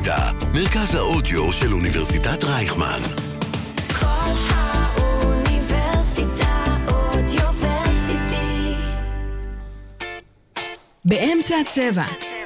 האוניברסיטה, מרכז האודיו של אוניברסיטת רייכמן. כל האוניברסיטה אודיוורסיטי. באמצע הצבע.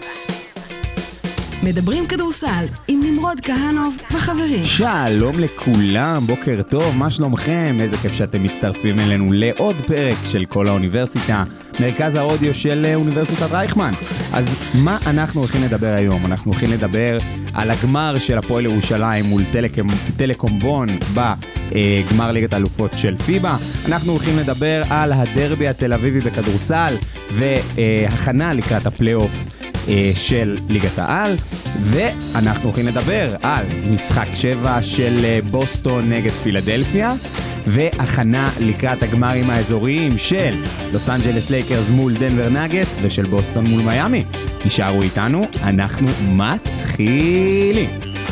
מדברים כדורסל עם נמרוד כהנוב וחברים. שלום לכולם, בוקר טוב, מה שלומכם? איזה כיף שאתם מצטרפים אלינו לעוד פרק של כל האוניברסיטה, מרכז האודיו של אוניברסיטת רייכמן. אז מה אנחנו הולכים לדבר היום? אנחנו הולכים לדבר על הגמר של הפועל ירושלים מול טלקום בון בגמר ליגת האלופות של פיבה. אנחנו הולכים לדבר על הדרבי התל אביבי בכדורסל והכנה לקראת הפלייאוף של ליגת העל, ואנחנו הולכים לדבר על משחק 7 של בוסטון נגד פילדלפיה, והכנה לקראת הגמרים האזוריים של לוס אנג'לס לייקרס מול דנבר נאגטס ושל בוסטון מול מיאמי. תישארו איתנו, אנחנו מתחילים.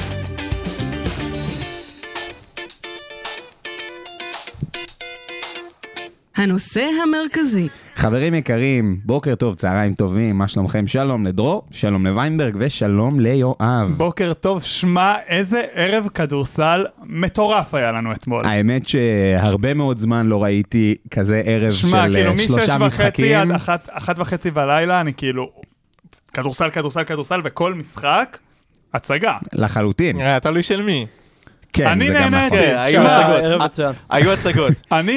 הנושא המרכזי. חברים יקרים, בוקר טוב, צהריים טובים, מה שלומכם? שלום לדרו, שלום לוויינברג ושלום ליואב. בוקר טוב, שמע, איזה ערב כדורסל מטורף היה לנו אתמול. האמת שהרבה מאוד זמן לא ראיתי כזה ערב של כאילו, 3 משחקים. עד 1:30 בלילה, אני כאילו, כדורסל, וכל משחק, הצגה. לחלוטין. תלוי של מי. כן, זה גם נכון. היו הצגות.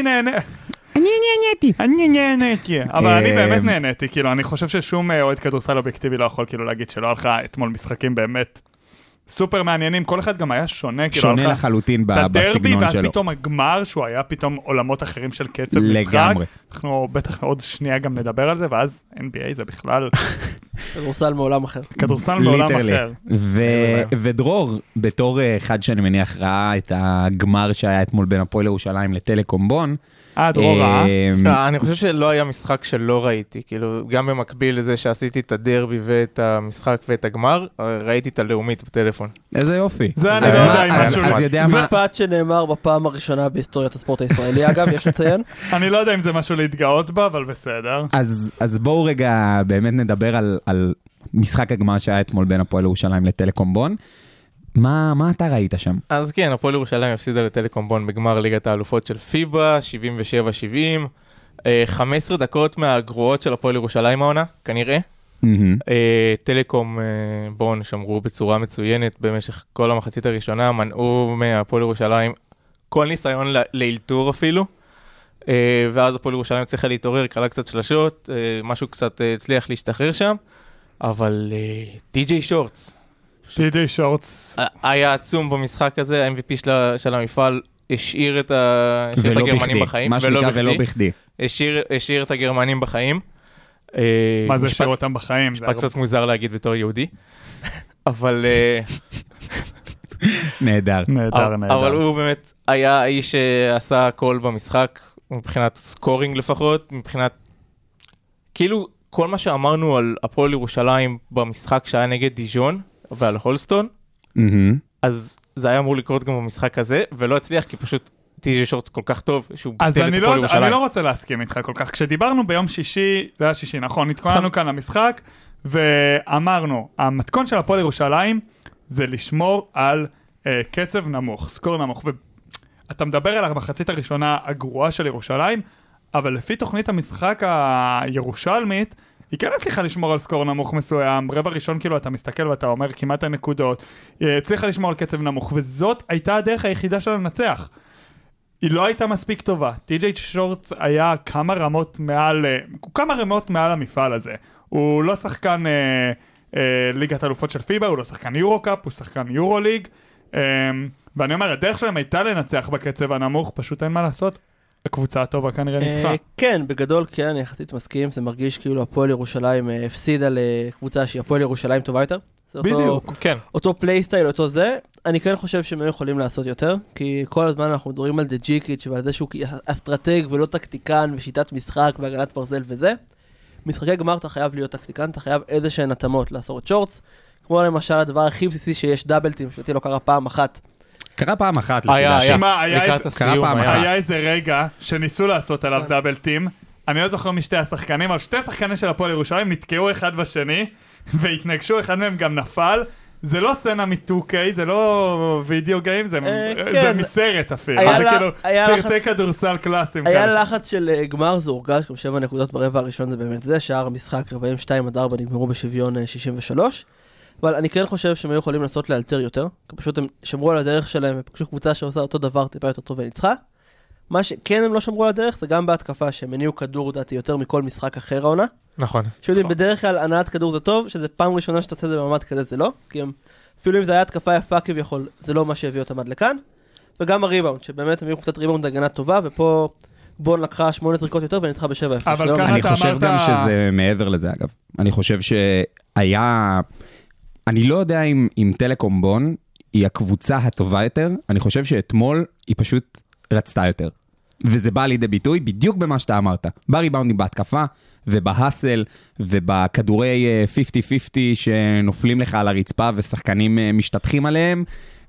אני נהניתי, אבל אני באמת נהניתי, כאילו, אני חושב ששום אוהד כדורסל אובייקטיבי לא יכול כאילו להגיד שלא הלכה אתמול משחקים באמת סופר מעניינים, כל אחד גם היה שונה, שונה לחלוטין בסגנון שלו. את הדרבי, ואז פתאום הגמר, שהוא היה פתאום עולמות אחרים של קצב משחק. לגמרי. אנחנו בטח עוד שנייה גם נדבר על זה, ואז NBA זה בכלל כדורסל מעולם אחר. כדורסל מעולם אחר. ודרור, בתור אחד שאני מניח ראה את הגמר שהיה אתמול בין הפועל ירושלים לטלקום בון, דרור ראה. אני חושב שלא היה משחק שלא ראיתי, כאילו גם במקביל לזה שעשיתי את הדרבי ואת המשחק ואת הגמר, ראיתי את הלאומית בטלפון. איזה יופי. זה אני לא יודע אם משהו... אז יודע מה... משפט שנאמר בפעם הראשונה בהיסטוריית הספורט הישראלי, אגב, יש לציין. אני לא יודע אם זה משהו להתגאות בה, אבל בסדר. אז בואו רגע באמת נדבר על משחק הגמר שהיה אתמול בין הפועל ירושלים לטלקום בון. מה אתה ראית שם? אז כן, הפועל ירושלים הפסידה לטלקום בון בגמר ליגת האלופות של פיבה, 77-70, 15 דקות מהגרועות של הפועל ירושלים העונה, כנראה. טלקום בון שמרו בצורה מצוינת במשך כל המחצית הראשונה, מנעו מהפועל ירושלים כל ניסיון לאלתור אפילו, ואז הפועל ירושלים צריכה להתעורר, קלה קצת שלשות, משהו קצת הצליח להשתחרר שם, אבל טי.ג'יי שורטס, טי.ג'יי שורטס היה עצום במשחק הזה, ה-MVP של המפעל השאיר את הגרמנים בחיים. מה שנקרא ולא בכדי. השאיר את הגרמנים בחיים. מה זה השאיר אותם בחיים? משפט קצת מוזר להגיד בתור יהודי. אבל... נהדר. אבל הוא באמת היה האיש שעשה הכל במשחק, מבחינת סקורינג לפחות, מבחינת... כאילו, כל מה שאמרנו על הפועל ירושלים במשחק שהיה נגד דיז'ון, ועל הולסטון, אז זה היה אמור לקרות גם במשחק הזה, ולא הצליח, כי פשוט טי.ג'יי שורטס כל כך טוב, שהוא ביטל את הפועל ירושלים. אני לא רוצה להסכים איתך כל כך. כשדיברנו ביום שישי, זה היה שישי, נכון, התכוננו כאן למשחק, ואמרנו, המתכון של הפועל ירושלים, זה לשמור על קצב נמוך, סקור נמוך, ואתה מדבר על המחצית הראשונה הגרועה של ירושלים, אבל לפי תוכנית המשחק הירושלמית, היא כן הצליחה לשמור על סקור נמוך מסוים, רבע ראשון כאילו אתה מסתכל ואתה אומר כמעט הנקודות, היא הצליחה לשמור על קצב נמוך, וזאת הייתה הדרך היחידה שלה לנצח. היא לא הייתה מספיק טובה. טי.ג'יי שורטס היה כמה רמות מעל המפעל הזה. הוא לא שחקן ליגת אלופות של פיבה, הוא לא שחקן יורו-קאפ, הוא שחקן יורו-ליג, ואני אומר, הדרך שלהם הייתה לנצח בקצב הנמוך, פשוט אין מה לעשות. הקבוצה הטובה כנראה ניצחה. כן, בגדול כן, אני יחסית מסכים, זה מרגיש כאילו הפועל ירושלים הפסידה לקבוצה שהיא הפועל ירושלים טובה יותר. בדיוק, כן. אותו פלייסטייל, אותו זה. אני כן חושב שהם יכולים לעשות יותר, כי כל הזמן אנחנו מדברים על דג'יקיץ' ועל זה שהוא אסטרטג ולא טקטיקן ושיטת משחק והגנת ברזל וזה. משחקי גמר אתה חייב להיות טקטיקן, אתה חייב איזה שהן התאמות לעשות את שורטס, כמו למשל הדבר הכי בסיסי שיש דאבלטים, שאותי לא קרה פעם אחת. קרה פעם אחת. היה איזה רגע שניסו לעשות עליו דאבלטים, אני לא זוכר משתי השחקנים, אבל שתי השחקנים של הפועל ירושלים נתקעו אחד בשני, והתנגשו, אחד מהם גם נפל, זה לא סצנה מ-2K, זה לא וידאו גיים, זה כן. מסרט אפילו. היה זה לה- כאילו היה סרטי לחץ- כדורסל קלאסיים. היה כאלה. לחץ של גמר, זה הורגש, גם 7 נקודות ברבע הראשון זה באמת זה, שער המשחק רבעים 2-4 נגמרו בשוויון 63, אבל אני כן חושב שהם היו יכולים לנסות לאלתר יותר, כי פשוט הם שמרו על הדרך שלהם, ופשוט קבוצה שעושה אותו דבר טיפה יותר טוב וניצחה. מה שכן הם לא שמרו על הדרך, זה גם בהתקפה שהם הניעו כדור דעתי יותר מכל משחק אחר העונה. נכון. שיודעים, בדרך כלל הנעת כדור זה טוב, שזה פעם ראשונה שאתה עושה את זה במעמד כזה זה לא, כי הם, אפילו אם זה היה התקפה יפה כביכול, זה לא מה שהביא אותם עד לכאן. וגם הריבאונד, שבאמת הם היו קצת ריבאונד הגנה טובה, ופה בון לקחה 8 זריקות יותר וניצחה ב7-0. אבל לא? ככה אני אתה חושב אמרת- גם שזה מעבר לזה, אגב. אני חושב שהיה... אני לא יודע אם טלקום בון היא הקבוצה הטובה יותר, אני חושב שאתמול היא פשוט רצתה יותר. וזה בא לידי ביטוי בדיוק במה שאתה אמרת. בריבאונדים בהתקפה, ובהסל, ובכדורי 50-50 שנופלים לך על הרצפה ושחקנים משתתחים עליהם,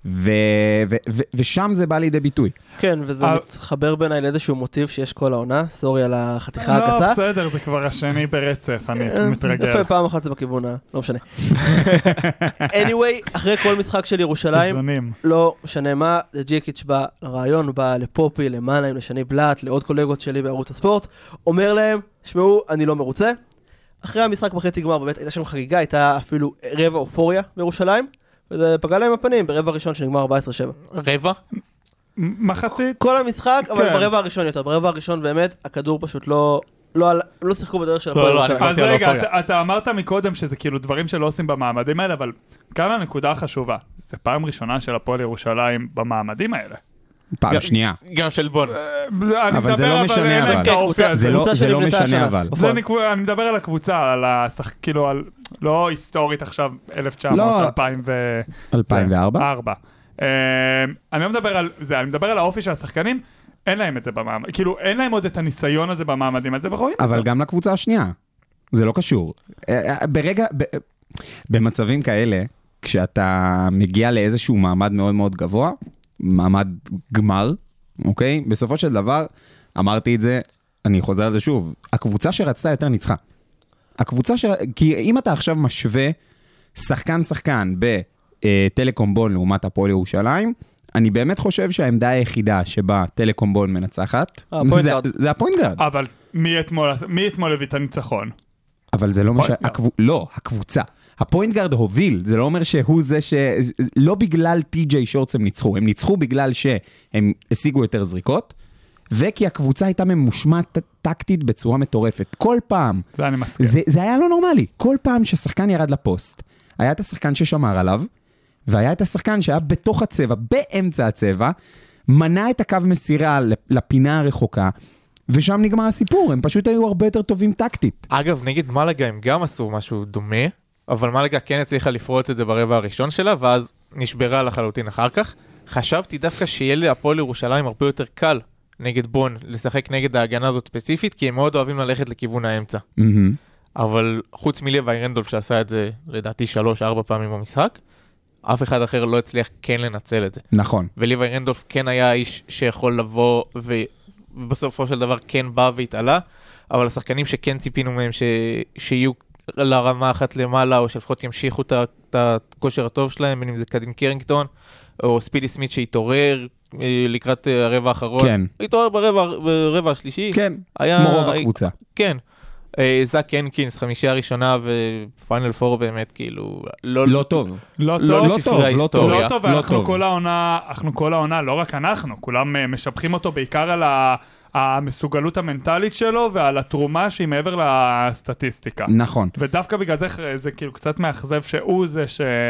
ושם זה בא לידי ביטוי. כן, וזה מתחבר בעיניי לאיזשהו מוטיב שיש כל העונה, סורי על החתיכה לא, הגסה. בסדר, זה כבר השני ברצף, אני מתרגל. יפה, פעם אחת זה בכיוון לא משנה. anyway, אחרי כל משחק של ירושלים, איזונים. לא משנה מה, ג'יקיץ' בא לרעיון, הוא בא לפופי, למאנהיים, לשני בלאט, לעוד קולגות שלי בערוץ הספורט, אומר להם, שמעו, אני לא מרוצה. אחרי המשחק בחצי גמר, באמת הייתה שם חגיגה, הייתה אפילו רבע אופוריה בירושלים, וזה פגע להם בפנים ברבע הראשון שנגמר 14-7. רבע? מחצית? כל המשחק, אבל כן. ברבע הראשון יותר. ברבע הראשון באמת, הכדור פשוט לא שיחקו בדרך של הפועל לא, ירושלים. אני אז דיברתי על רגע, האופוריה. אתה אמרת מקודם שזה כאילו דברים שלא עושים במעמדים האלה, אבל כאן הנקודה החשובה. זה פעם ראשונה של הפועל ירושלים במעמדים האלה. פעם שנייה. גם של בון. אני אבל זה מדבר, לא משנה, אין להם אבל. את האופי הזה. זה לא קבוצה זה לא שנבנתה משנה השנה. אבל. בפועל. אני מדבר על הקבוצה, על כאילו, לא היסטורית עכשיו, 1900, לא. 2004. אני לא מדבר על זה, אני מדבר על האופי של השחקנים, אין להם את זה במעמד, כאילו אין להם עוד את הניסיון הזה במעמדים הזה, ורואים את זה. אבל גם לקבוצה השנייה. זה לא קשור. במצבים כאלה, כשאתה מגיע לאיזשהו מעמד מאוד מאוד גבוה, מעמד גמר, אוקיי? בסופו של דבר, אמרתי את זה, אני חוזר על זה שוב, הקבוצה שרצתה יותר ניצחה. כי אם אתה עכשיו משווה שחקן בטלקום בון לעומת הפועל ירושלים, אני באמת חושב שהעמדה היחידה שבה טלקום בון מנצחת, הפוינט גארד. זה הפוינט גארד. אבל מי אתמול הביא את הניצחון? אבל זה לא מה פוינט גארד. לא, הקבוצה. הפוינט גארד הוביל, זה לא אומר שהוא זה לא בגלל טי.ג'יי שורטס הם ניצחו, הם ניצחו בגלל שהם השיגו יותר זריקות, וכי הקבוצה הייתה ממושמעת טקטית בצורה מטורפת. כל פעם, זה אני מסכים. זה היה לא נורמלי. כל פעם ששחקן ירד לפוסט, היה את השחקן ששמר עליו, והיה את השחקן שהיה בתוך הצבע, באמצע הצבע, מנע את הקו מסירה לפינה הרחוקה, ושם נגמר הסיפור, הם פשוט היו הרבה יותר טובים טקטית. אגב, נגד מלאגה הם גם עשו משהו דומה, אבל מלאגה כן הצליחה לפרוץ את זה ברבע הראשון שלה, ואז נשברה לחלוטין אחר כך. חשבתי דווקא שיהיה להפועל ירושלים הרבה יותר קל נגד בון, לשחק נגד ההגנה הזאת ספציפית, כי הם מאוד אוהבים ללכת לכיוון האמצע. אבל חוץ מלוואי רנדולף שעשה את זה לדעתי 3-4 פעמים במשחק, אף אחד אחר לא הצליח כן לנצל את זה. נכון. ולוואי רנדולף כן היה האיש שיכול לבוא ובסופו של דבר כן בא והתעלה, אבל השחקנים שכן ציפינו מהם שיהיו לרמה אחת למעלה, או שלפחות ימשיכו את הכושר הטוב שלהם, בין אם זה קדים קרינגטון, או ספידי סמית שהתעורר לקראת הרבע האחרון. כן. התעורר ברבע השלישי. כן, היה, כמו רוב הקבוצה. כן. זאק הנקינס, חמישייה הראשונה ופיינל פור באמת, כאילו, לא טוב. לא לא טוב, ספרי ההיסטוריה. לא טוב, ואנחנו כל העונה, לא רק אנחנו, כולם משבחים אותו בעיקר על המסוגלות המנטלית שלו ועל התרומה שהיא מעבר לסטטיסטיקה. נכון. ודווקא בגלל זה כאילו קצת מאכזב שהוא זה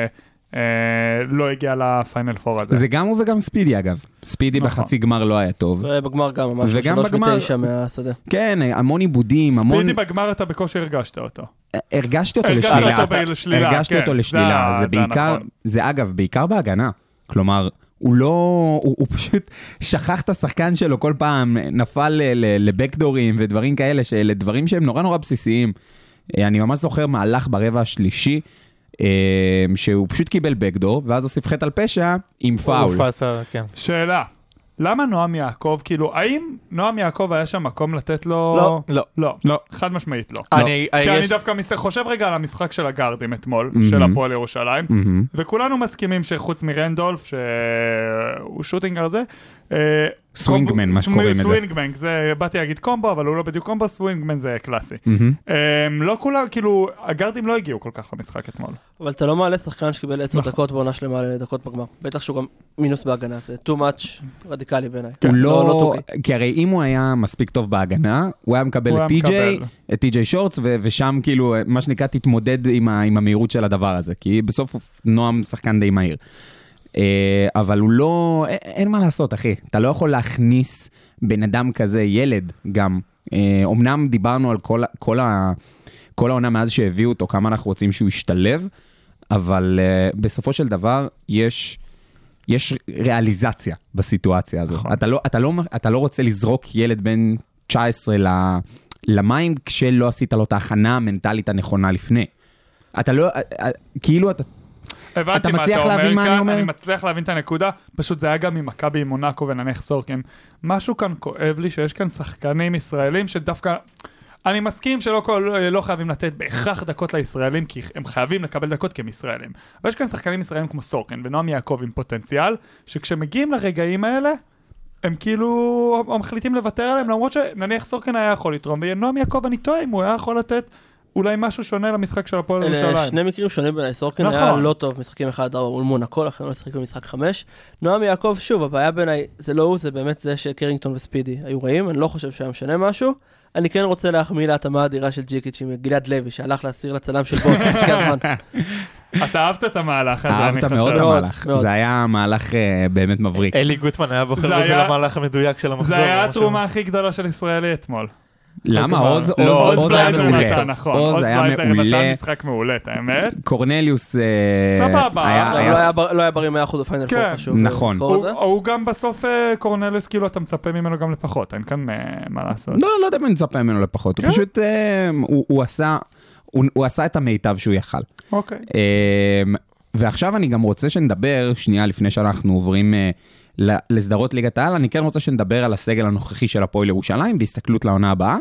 שלא הגיע לפיינל פור הזה. זה גם הוא וגם ספידי אגב. ספידי נכון. בחצי גמר לא היה טוב. ובגמר גם ממש, וגם 3-9 בגמר- מהשדה. כן, המון עיבודים, המון... ספידי בגמר אתה בקושי הרגשת אותו. הרגשתי אותו הרגשת לשלילה. אותו לשלילה, הרגשתי כן. אותו לשלילה. זה זה בעיקר, נכון. זה אגב, בעיקר בהגנה. כלומר, הוא לא, הוא פשוט שכח את השחקן שלו כל פעם, נפל לבקדורים ודברים כאלה, שאלה דברים שהם נורא נורא בסיסיים. אני ממש זוכר מהלך ברבע השלישי, שהוא פשוט קיבל בקדור, ואז הוסיף חטא על פשע עם פאול. כן. שאלה, למה נועם יעקב, כאילו, האם נועם יעקב היה שם מקום לתת לו... לא. לא, חד משמעית לא. כי אני דווקא חושב רגע על המשחק של הגארדים אתמול, של הפועל ירושלים, וכולנו מסכימים שחוץ מרנדולף, שהוא שוטינג על זה, סווינגמן, מה שקוראים את זה. סווינגמן, באתי להגיד קומבו, אבל הוא לא בדיוק קומבו, סווינגמן זה קלאסי. לא כולם, כאילו, הגארדים לא הגיעו כל כך למשחק אתמול. אבל אתה לא מעלה שחקן שקיבל 10 דקות בעונה שלמה לדקות בגמר. בטח שהוא גם מינוס בהגנה, זה too much רדיקלי בעיניי. הוא לא, כי הרי אם הוא היה מספיק טוב בהגנה, הוא היה מקבל את טי.ג'יי שורטס, ושם כאילו, מה שנקרא, תתמודד עם המהירות של הדבר הזה, כי בסוף נועם שחקן די מהיר. אבל הוא לא, אין מה לעשות, אחי. אתה לא יכול להכניס בן אדם כזה, ילד גם. אמנם דיברנו על כל העונה מאז שהביאו אותו, כמה אנחנו רוצים שהוא ישתלב, אבל בסופו של דבר יש ריאליזציה בסיטואציה הזו. אתה לא רוצה לזרוק ילד בן 19 למים, כשלא עשית לו את ההכנה המנטלית הנכונה לפני. אתה לא, כאילו אתה מצליח להבין מה אני אומר? אני מצליח להבין את הנקודה, פשוט זה היה גם עם מכבי עם מונאקו ונניח סורקין. משהו כאן כואב לי שיש כאן שחקנים ישראלים שדווקא, אני מסכים שלא חייבים לתת בהכרח דקות לישראלים, כי הם חייבים לקבל דקות כי הם ישראלים. אבל יש כאן שחקנים ישראלים כמו סורקין ונועם יעקב עם פוטנציאל, שכשמגיעים לרגעים האלה, הם כאילו מחליטים לוותר עליהם, למרות שנניח סורקין היה יכול לתרום, ונועם יעקב אני טועה אם הוא היה יכול לתת אולי משהו שונה למשחק של הפועל ירושלים. אלה שני מקרים שונים בעיניי. סורקין היה לא טוב, משחקים 1-4 מול מונאקו, לכן לא לשחק במשחק 5. נועם יעקב, שוב, הבעיה בעיניי, זה לא הוא, זה באמת זה שקרינגטון וספידי היו רעים, אני לא חושב שהיה משנה משהו. אני כן רוצה להחמיא להתאמה האדירה של ג'יקיץ' עם גלעד לוי, שהלך להסיר לצלם של בוט, פסקי הזמן. אתה אהבת את המהלך הזה, אהבת מאוד המהלך. זה היה מהלך באמת מבריק. אלי גוטמן היה בוחר בזה למהלך המדויק של המחזור. זה היה התרומה הכי גדולה של ישראלי אתמול. למה? עוז היה מעולה. עוז היה מעולה. משחק מעולה, האמת. קורנליוס סבבה. לא היה בריא 100% בפיינל פור חשוב. נכון. הוא גם בסוף קורנליוס, כאילו אתה מצפה ממנו גם לפחות, אין כאן מה לעשות. לא יודע אם אני מצפה ממנו לפחות, הוא פשוט, הוא עשה את המיטב שהוא יכל. אוקיי. ועכשיו אני גם רוצה שנדבר, שנייה לפני שאנחנו עוברים לסדרות ליגת העל, אני כן רוצה שנדבר על הסגל הנוכחי של הפועל ירושלים, בהסתכלות לעונה הבאה,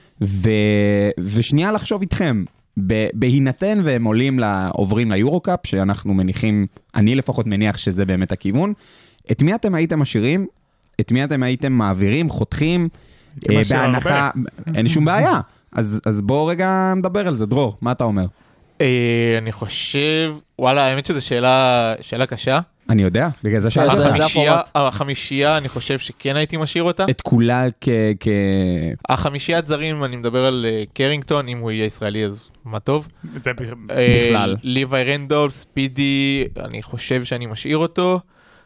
ושנייה לחשוב איתכם, בהינתן והם עוברים ליורוקאפ, שאנחנו מניחים, אני לפחות מניח שזה באמת הכיוון, את מי אתם הייתם משאירים? את מי אתם הייתם מעבירים, חותכים, בהנחה, אין שום בעיה. אז בואו רגע נדבר על זה, דרור, מה אתה אומר? אני חושב, וואלה, האמת שזו שאלה קשה. אני יודע, בגלל זה החמישייה, אני חושב שכן הייתי משאיר אותה. את כולה החמישיית זרים, אני מדבר על קרינגטון, אם הוא יהיה ישראלי אז מה טוב. זה בכלל. ליווי רנדולף, ספידי, אני חושב שאני משאיר אותו.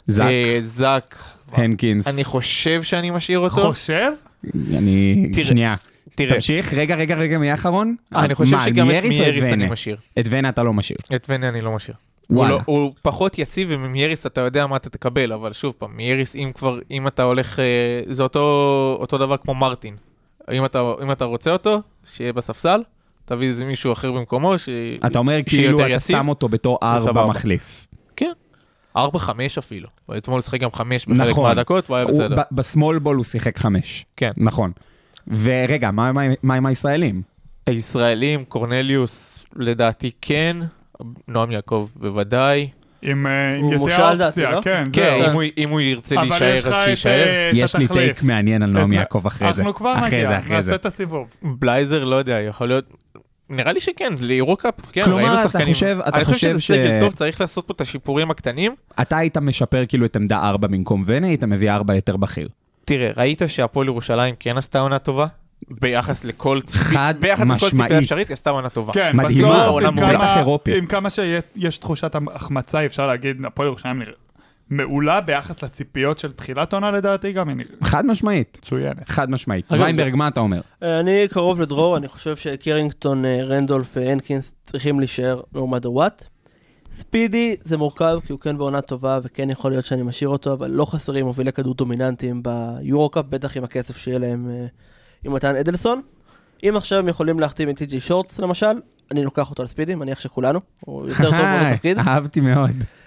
זק. הנקינס. אני חושב שאני משאיר אותו. חושב? שנייה. תמשיך, רגע, מי האחרון? אני חושב שגם את מייריס אני משאיר. את ונה אתה לא משאיר. את ונה אני לא משאיר. הוא פחות יציב, ומייריס אתה יודע מה אתה תקבל, אבל שוב פעם, מייריס אם אתה הולך, זה אותו דבר כמו מרטין. אם אתה רוצה אותו, שיהיה בספסל, תביא איזה מישהו אחר במקומו, אתה אומר כאילו אתה שם אותו בתור 4 מחליף. כן. 4-5 אפילו. אתמול שיחק גם 5 בחלק מהדקות, והיה בסדר. בסמול בול הוא שיחק 5. כן. נכון. ורגע, מה עם הישראלים? הישראלים, קורנליוס, לדעתי כן, נועם יעקב בוודאי. עם יותר אופציה, כן. כן, אם הוא ירצה להישאר, אז שישאר. יש לי טייק מעניין על נועם יעקב אחרי זה. אנחנו כבר נגיע, נעשה את הסיבוב. בלייזר, לא יודע, יכול להיות... נראה לי שכן, ליורוקאפ, כן, כלומר, אתה חושב שזה סגל טוב, צריך לעשות פה את השיפורים הקטנים. אתה היית משפר כאילו את עמדה 4 במקום ונה, היית מביא 4 יותר בכיר. תראה, ראית שהפועל ירושלים כן עשתה עונה טובה? ביחס לכל חד משמעית. אפשרית, היא עשתה עונה טובה. כן, מדהימה, בטח אירופית. עם כמה שיש תחושת החמצה, אפשר להגיד, הפועל ירושלים מעולה ביחס לציפיות של תחילת עונה לדעתי גם. חד משמעית. מצוינת. חד משמעית. ויינברג, מה אתה אומר? אני קרוב לדרור, אני חושב שקרינגטון, רנדולף והנקינס צריכים להישאר no matter what. ספידי זה מורכב כי הוא כן בעונה טובה וכן יכול להיות שאני משאיר אותו, אבל לא חסרים מובילי כדור דומיננטיים ביורוקאפ, בטח עם הכסף שיהיה להם עם מתן אדלסון. אם עכשיו הם יכולים להחתים את טי.ג'יי שורטס למשל, אני לוקח אותו לספידי, מניח שכולנו, הוא יותר טוב בתפקיד. אהבתי מאוד.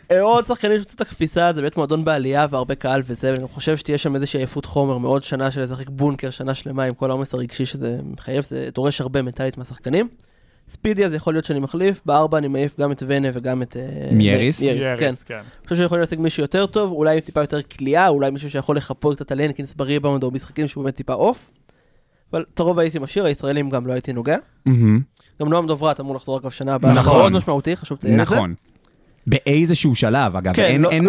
עוד שחקנים שצאו את הקפיצה, זה באמת מועדון בעלייה והרבה קהל וזה, ואני חושב שתהיה שם איזושהי עייפות חומר מאוד שנה של לשחק בונקר, שנה שלמה עם כל העומס הרגשי שזה מחייב, זה דורש הרבה מנטלית מהשחקנים. ספידי, אז יכול להיות שאני מחליף, בארבע אני מעיף גם את ונה וגם את... מייריס? כן. אני חושב שיכול להשיג מישהו יותר טוב, אולי טיפה יותר כלייה, אולי מישהו שיכול לחפות את הלנקינס בריבאונד או משחקים שהוא באמת טיפה אוף. אבל את הרוב הייתי משאיר, הישראלים גם לא הייתי נוגע. גם נועם דוברת אמור לחזור אגב שנה הבאה, מאוד משמעותי, חשוב לציין את זה. נכון. באיזשהו שלב, אגב.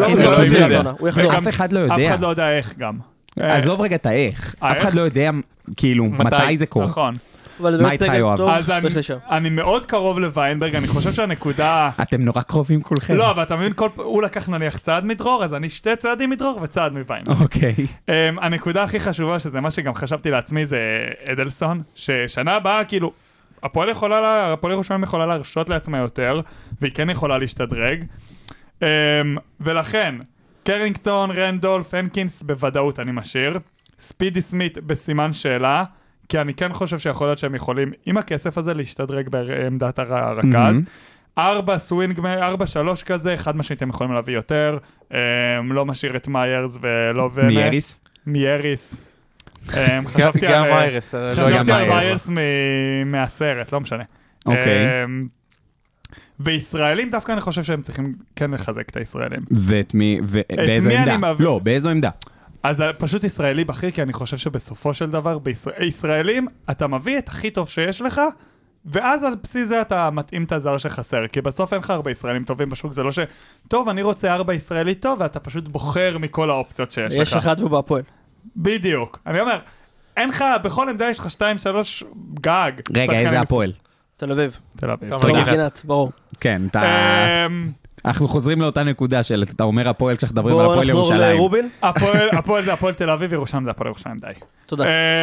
אף אחד לא יודע. אף אחד לא יודע איך גם. עזוב רגע את האיך. אף אחד לא יודע, כאילו, מתי זה קורה. נכון. מה איתך, יואב? אז אני מאוד קרוב לוויינברג, אני חושב שהנקודה... אתם נורא קרובים כולכם. לא, אבל אתה מבין, הוא לקח נניח צעד מדרור, אז אני שתי צעדים מדרור וצעד מוויינברג. אוקיי. הנקודה הכי חשובה, שזה מה שגם חשבתי לעצמי, זה אדלסון, ששנה הבאה, כאילו, הפועל ירושלים יכולה להרשות לעצמה יותר, והיא כן יכולה להשתדרג. ולכן, קרינגטון, רנדולף, הנקינס, בוודאות אני משאיר. ספידי סמית בסימן שאלה, כי אני כן חושב שיכול להיות שהם יכולים, עם הכסף הזה, להשתדרג בעמדת הרכז. 4-3 כזה, חד משמעית הם יכולים להביא יותר. לא משאיר את מיירס ולא ונה. מייריס? מייריס. חשבתי על מיירס מהסרט, לא משנה. אוקיי. וישראלים, דווקא אני חושב שהם צריכים כן לחזק את הישראלים. ואת מי, באיזו עמדה? לא, באיזו עמדה? אז פשוט ישראלי בכיר, כי אני חושב שבסופו של דבר, בישראלים, אתה מביא את הכי טוב שיש לך, ואז על בסיס זה אתה מתאים את הזר שחסר, כי בסוף אין לך 4 ישראלים טובים בשוק, זה לא ש... טוב, אני רוצה 4 ישראלי טוב, ואתה פשוט בוחר מכל האופציות שיש לך. יש אחד והוא בהפועל. בדיוק. אני אומר, אין לך, בכל עמדה יש לך 2-3 גג. רגע, איזה הפועל? תל אביב. תל אביב. גינת, ברור. כן, אנחנו חוזרים לאותה נקודה של, אתה אומר הפועל כשאנחנו מדברים על הפועל בואו נחזור ירושלים. לרובין. הפועל זה הפועל תל אביב, ירושלים זה הפועל ירושלים, די. תודה.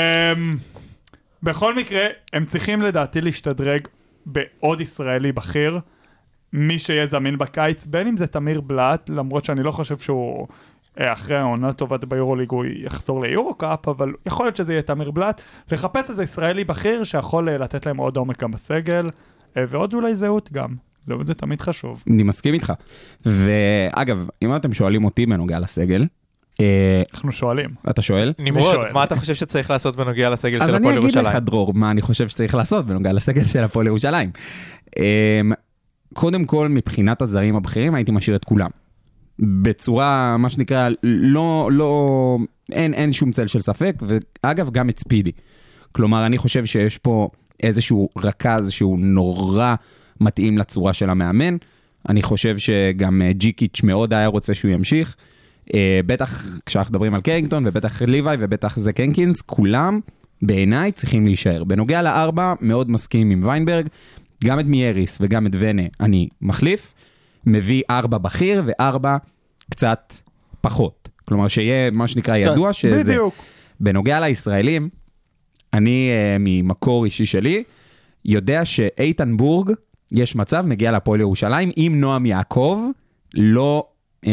בכל מקרה, הם צריכים לדעתי להשתדרג בעוד ישראלי בכיר, מי שיהיה זמין בקיץ, בין אם זה תמיר בלט, למרות שאני לא חושב שהוא אחרי העונה טובת ביורוליג הוא יחזור ליורוקאפ, אבל יכול להיות שזה יהיה תמיר בלט, לחפש איזה ישראלי בכיר שיכול לתת להם עוד עומק גם בסגל, ועוד אולי זהות גם. זה תמיד חשוב. אני מסכים איתך. ואגב, אם אתם שואלים אותי בנוגע לסגל, אנחנו שואלים. אתה שואל? נמרוד, מה אתה חושב שצריך לעשות בנוגע לסגל של הפועל ירושלים? אז אני ירושלים? אגיד לך, דרור, מה אני חושב שצריך לעשות בנוגע לסגל של הפועל ירושלים. קודם כל, מבחינת הזרים הבכירים, הייתי משאיר את כולם. בצורה, מה שנקרא, אין שום צל של ספק, ואגב, גם את ספידי. כלומר, אני חושב שיש פה איזשהו רכז שהוא נורא מתאים לצורה של המאמן. אני חושב שגם ג'יקיץ' מאוד היה רוצה שהוא ימשיך. בטח כשאנחנו מדברים על קרינגטון, ובטח ליווי, ובטח זק הנקינס, כולם בעיניי צריכים להישאר. בנוגע לארבע, מאוד מסכים עם ויינברג, גם את מייריס וגם את ונה אני מחליף, מביא 4 בכיר ו4 קצת פחות. כלומר שיהיה מה שנקרא ידוע שזה... בדיוק. בנוגע לישראלים, אני ממקור אישי שלי, יודע שאיתן בורג, יש מצב, מגיע לפועל ירושלים, אם נועם יעקב לא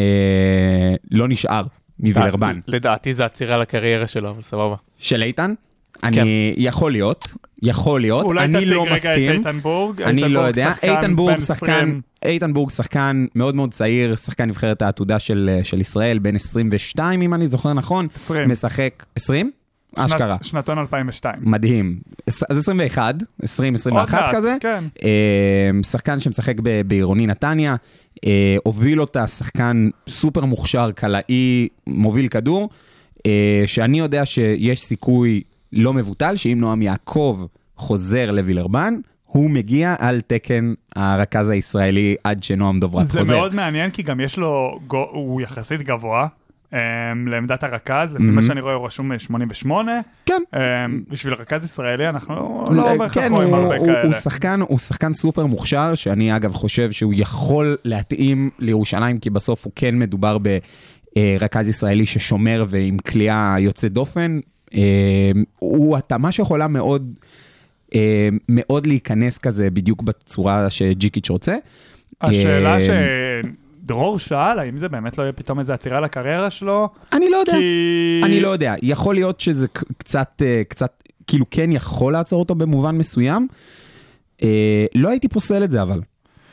נשאר מווילרבן. לדעתי זה עצירה לקריירה שלו, אבל סבבה. של איתן? אני יכול להיות, אני לא מסכים, אני לא יודע, איתן בורג שחקן מאוד מאוד צעיר, שחקן נבחרת העתודה של ישראל, בין 22 אם אני זוכר נכון, 20. משחק 20? אשכרה. שנתון 2002. מדהים. אז 21 כזה. כן. שחקן שמשחק בעירוני נתניה, הוביל אותה שחקן סופר מוכשר, קלעי, מוביל כדור, שאני יודע שיש סיכוי לא מבוטל, שאם נועם יעקב חוזר לווילרבן, הוא מגיע על תקן הרכז הישראלי עד שנועם דוברת חוזר. זה מאוד מעניין, כי גם יש לו, הוא יחסית גבוה, לעמדת הרכז, לפי מה שאני רואה הוא רשום 88. כן. בשביל רכז ישראלי אנחנו לא בהכרח רואים הרבה כאלה. הוא שחקן סופר מוכשר, שאני אגב חושב שהוא יכול להתאים לירושלים, כי בסוף הוא כן מדובר ברכז ישראלי ששומר ועם כלייה יוצא דופן. הוא התאמה שיכולה מאוד להיכנס כזה בדיוק בצורה שג'יקיץ' רוצה. השאלה דרור שאל, האם זה באמת לא יהיה פתאום איזו עצירה לקריירה שלו? אני לא יודע. יכול להיות שזה קצת, כאילו כן יכול לעצור אותו במובן מסוים. לא הייתי פוסל את זה אבל.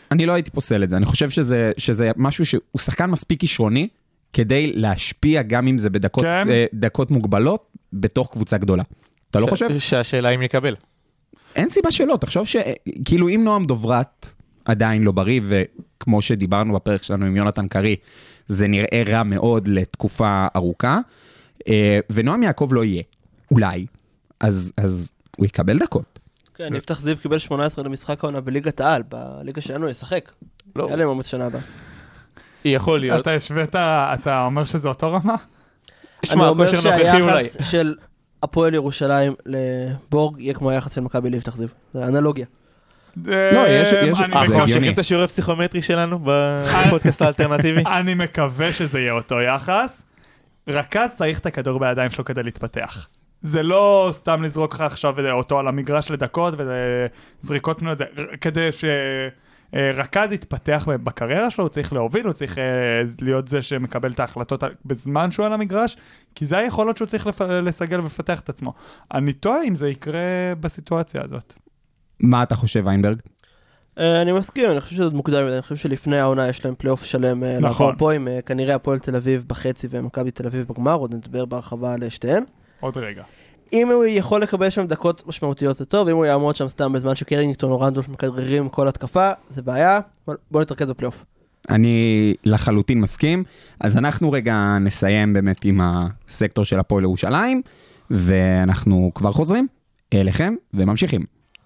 אני לא הייתי פוסל את זה, אני חושב שזה משהו שהוא שחקן מספיק כישרוני, כדי להשפיע גם אם זה בדקות מוגבלות, בתוך קבוצה גדולה. אתה לא חושב? שהשאלה אם יקבל. אין סיבה שלא, תחשוב שכאילו אם נועם דוברת עדיין לא בריא, וכמו שדיברנו בפרק שלנו עם יונתן קרי, זה נראה רע מאוד לתקופה ארוכה, ונועם יעקב לא יהיה, אולי, אז הוא יקבל דקות. כן, יפתח זיו קיבל 18 למשחק העונה בליגת העל, בליגה שלנו ישחק. היה להם אומץ שנה הבאה. יכול להיות. אתה השווית, אתה אומר שזה אותו רמה? אני אומר שהיחס של הפועל ירושלים לבורג יהיה כמו היחס של מכבי ליפתח זיו. זה אנלוגיה. לא, יש... אנחנו ממשיכים את השיעור הפסיכומטרי שלנו בפודקאסט האלטרנטיבי. אני מקווה שזה יהיה אותו יחס. רכז צריך את הכדור בידיים שלו כדי להתפתח. זה לא סתם לזרוק לך עכשיו אותו על המגרש לדקות וזריקות פנויות, כדי שרכז יתפתח בקריירה שלו, הוא צריך להוביל, הוא צריך להיות זה שמקבל את ההחלטות בזמן שהוא על המגרש, כי זה היכולות שהוא צריך לסגל ולפתח את עצמו. אני טועה אם זה יקרה בסיטואציה הזאת. מה אתה חושב, ויינברג? אני מסכים, אני חושב שזה מוקדם, אני חושב שלפני העונה יש להם פלייאוף שלם לעבור פה עם כנראה הפועל תל אביב בחצי ומכבי תל אביב בגמר, עוד נדבר בהרחבה על שתיהן. עוד רגע. אם הוא יכול לקבל שם דקות משמעותיות זה טוב, אם הוא יעמוד שם סתם בזמן שקרינגטון או רנדולף מכדררים כל התקפה, זה בעיה, בוא נתרכז בפלייאוף. אני לחלוטין מסכים, אז אנחנו רגע נסיים באמת עם הסקטור של הפועל ירושלים, ואנחנו כבר חוזרים אליכם וממשיכים.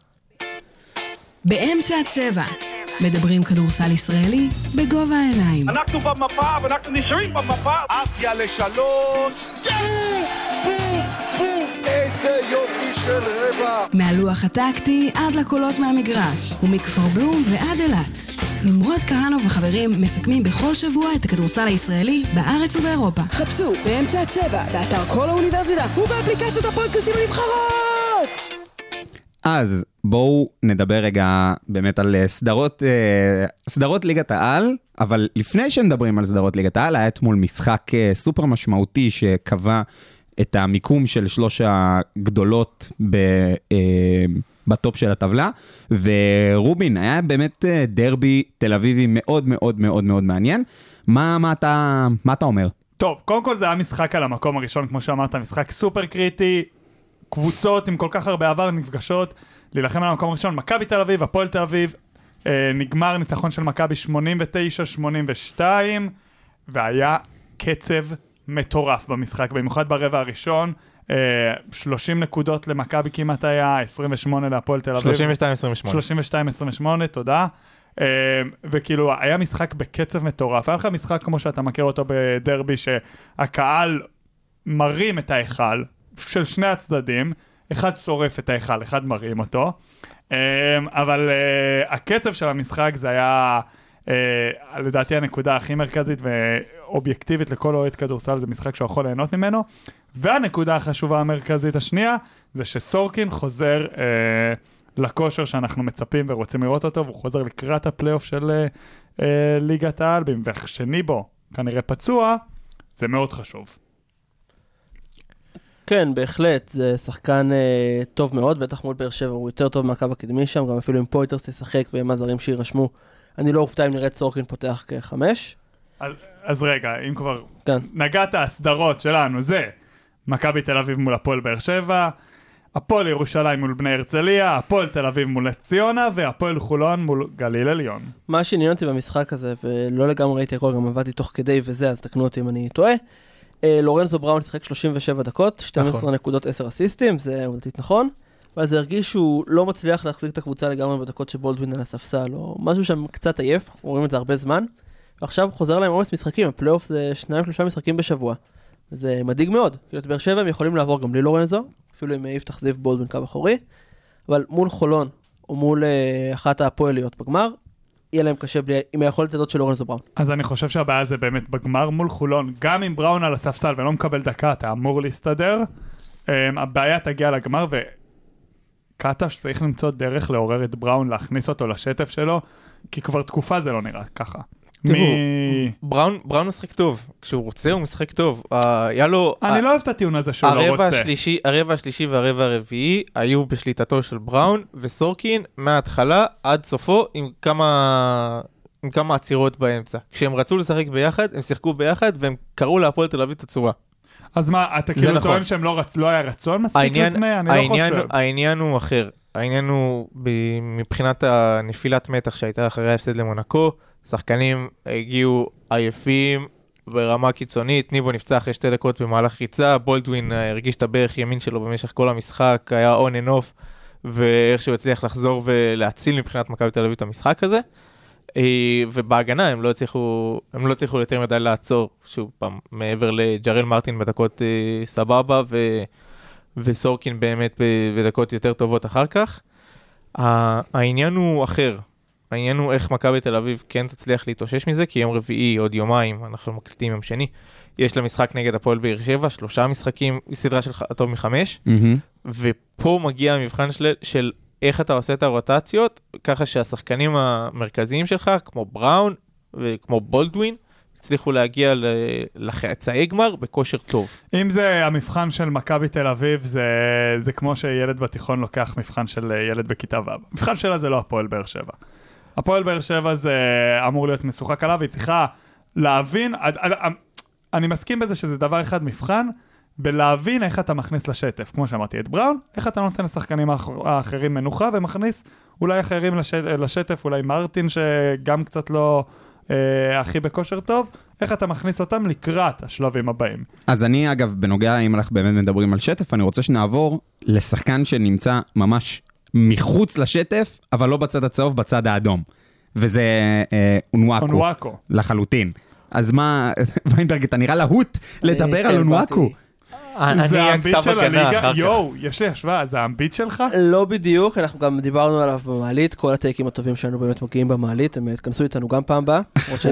באמצע הצבע, מדברים כדורסל ישראלי בגובה העיניים. אנחנו במפה ואנחנו נשארים במפה. אפיה לשלוש. בום, בום, איזה יופי של רבע. מהלוח הטקטי עד לקולות מהמגרש, ומכפר בלום ועד אילת. נמרוד כהנו וחברים מסכמים בכל שבוע את הכדורסל הישראלי בארץ ובאירופה. חפשו באמצע הצבע, באתר כל האוניברסיטה ובאפליקציות הפודקאסטים הנבחרות. אז בואו נדבר רגע באמת על סדרות ליגת העל, אבל לפני שמדברים על סדרות ליגת העל, היה אתמול משחק סופר משמעותי שקבע את המיקום של שלוש הגדולות בטופ של הטבלה, ורובין, היה באמת דרבי תל אביבי מאוד מאוד מאוד מאוד מעניין. מה אתה אומר? טוב, קודם כל זה היה משחק על המקום הראשון, כמו שאמרת, משחק סופר קריטי, קבוצות עם כל כך הרבה עבר נפגשות, להילחם על המקום הראשון, מכבי תל אביב, הפועל תל אביב, נגמר ניצחון של מכבי 89-82, והיה קצב מטורף במשחק, במיוחד ברבע הראשון, 30 נקודות למכבי כמעט היה, 28 להפועל תל אביב. 32-28, תודה. וכאילו, היה משחק בקצב מטורף. היה לך משחק כמו שאתה מכיר אותו בדרבי, שהקהל מרים את ההיכל של שני הצדדים, אחד שורף את ההיכל, אחד מרים אותו. אבל הקצב של המשחק זה היה, לדעתי, הנקודה הכי מרכזית ואובייקטיבית לכל אוהד כדורסל, זה משחק שהוא יכול ליהנות ממנו. והנקודה החשובה המרכזית השנייה, זה שסורקין חוזר לכושר שאנחנו מצפים ורוצים לראות אותו, והוא חוזר לקראת הפלייאוף של ליגת העל, והשני בו כנראה פצוע, זה מאוד חשוב. כן, בהחלט, זה שחקן טוב מאוד, בטח מול באר שבע, הוא יותר טוב מהקו הקדמי שם, גם אפילו עם פויטרס ישחק ועם הזרים שירשמו. אני לא אופתע אם נראה את סורקין פותח כ5. אז רגע, אם כבר נגעת הסדרות שלנו, זה מכבי תל אביב מול הפועל באר שבע, הפועל ירושלים מול בני הרצליה, הפועל תל אביב מול נס ציונה, והפועל חולון מול גליל עליון. מה שעניין אותי במשחק הזה, ולא לגמרי ראיתי הכל, גם עבדתי תוך כדי וזה, אז תקנו אותי אם אני טועה, לורנזו בראון שחק 37 דקות, 12 נקודות 10 אסיסטים, זה עובדתית נכון, אבל זה הרגיש שהוא לא מצליח להחזיק את הקבוצה לגמרי בדקות שבולדווין על הספסל, או משהו שם קצת עייף, רואים את זה הרבה זמן, ועכשיו חוזר להם עומס משחקים, הפלייאוף זה 2-3 משחקים בשבוע, זה מדאיג מאוד, כי את באר שבע הם יכולים לעבור גם בלי לורנזו, אפילו אם יפתח זיו בולדווין קו אחורי, אבל מול חולון, או מול אחת הפועליות בגמר, יהיה להם קשה עם היכולת הזאת של לורנזו בראון. אז אני חושב שהבעיה זה באמת בגמר מול חולון, גם אם בראון על הספסל ולא מקבל דקה, אתה אמור להסתדר, הבעיה תגיע לגמר, וקטש צריך למצוא דרך לעורר את בראון, להכניס אותו לשטף שלו, כי כבר תקופה זה לא נראה ככה. בראון משחק טוב, כשהוא רוצה הוא משחק טוב. היה לו... אני לא אוהב את הטיעון הזה שהוא לא רוצה. הרבע השלישי והרבע הרביעי היו בשליטתו של בראון וסורקין מההתחלה עד סופו עם כמה עצירות באמצע. כשהם רצו לשחק ביחד, הם שיחקו ביחד והם קראו להפועל תל אביב את הצורה. אז מה, אתה כאילו טוען שהם לא היה רצון מספיק לפני? אני לא חושב. העניין הוא אחר. העניין הוא מבחינת הנפילת מתח שהייתה אחרי ההפסד למונקו, שחקנים הגיעו עייפים ברמה קיצונית, ניבו נפצע אחרי 2 דקות במהלך ריצה, בולדווין הרגיש את הברך ימין שלו במשך כל המשחק, היה on and off, ואיכשהו הצליח לחזור ולהציל מבחינת מכבי תל אביב את המשחק הזה, ובהגנה הם לא הצליחו יותר מדי לעצור, שוב פעם, מעבר לג'רל מרטין בדקות סבבה, וסורקין באמת בדקות יותר טובות אחר כך. העניין הוא אחר. העניין הוא איך מכבי תל אביב כן תצליח להתאושש מזה, כי יום רביעי, עוד יומיים, אנחנו מקליטים יום שני, יש לה משחק נגד הפועל באר שבע, 3 משחקים, סדרה של הטוב מ5, ופה מגיע המבחן של איך אתה עושה את הרוטציות, ככה שהשחקנים המרכזיים שלך, כמו בראון וכמו בולדווין, הצליחו להגיע לחצאי גמר בכושר טוב. אם זה המבחן של מכבי תל אביב, זה כמו שילד בתיכון לוקח מבחן של ילד בכיתה ו'. המבחן שלה זה לא הפועל באר שבע. הפועל באר שבע זה אמור להיות משוחק עליו, והיא צריכה להבין, אני מסכים בזה שזה דבר אחד מבחן, בלהבין איך אתה מכניס לשטף, כמו שאמרתי את בראון, איך אתה נותן לשחקנים האחרים מנוחה, ומכניס אולי אחרים לשטף, אולי מרטין שגם קצת לא הכי בכושר טוב, איך אתה מכניס אותם לקראת השלבים הבאים. אז אני אגב, בנוגע, אם אנחנו באמת מדברים על שטף, אני רוצה שנעבור לשחקן שנמצא ממש מחוץ לשטף, אבל לא בצד הצהוב, בצד האדום. וזה אונואקו. לחלוטין. אז מה, ויינברג, אתה נראה להוט לדבר על אונואקו. זה האמביט של הליגה, יואו, יש לי השוואה, זה האמביט שלך? לא בדיוק, אנחנו גם דיברנו עליו במעלית, כל הטייקים הטובים שלנו באמת מגיעים במעלית, הם התכנסו איתנו גם פעם הבאה,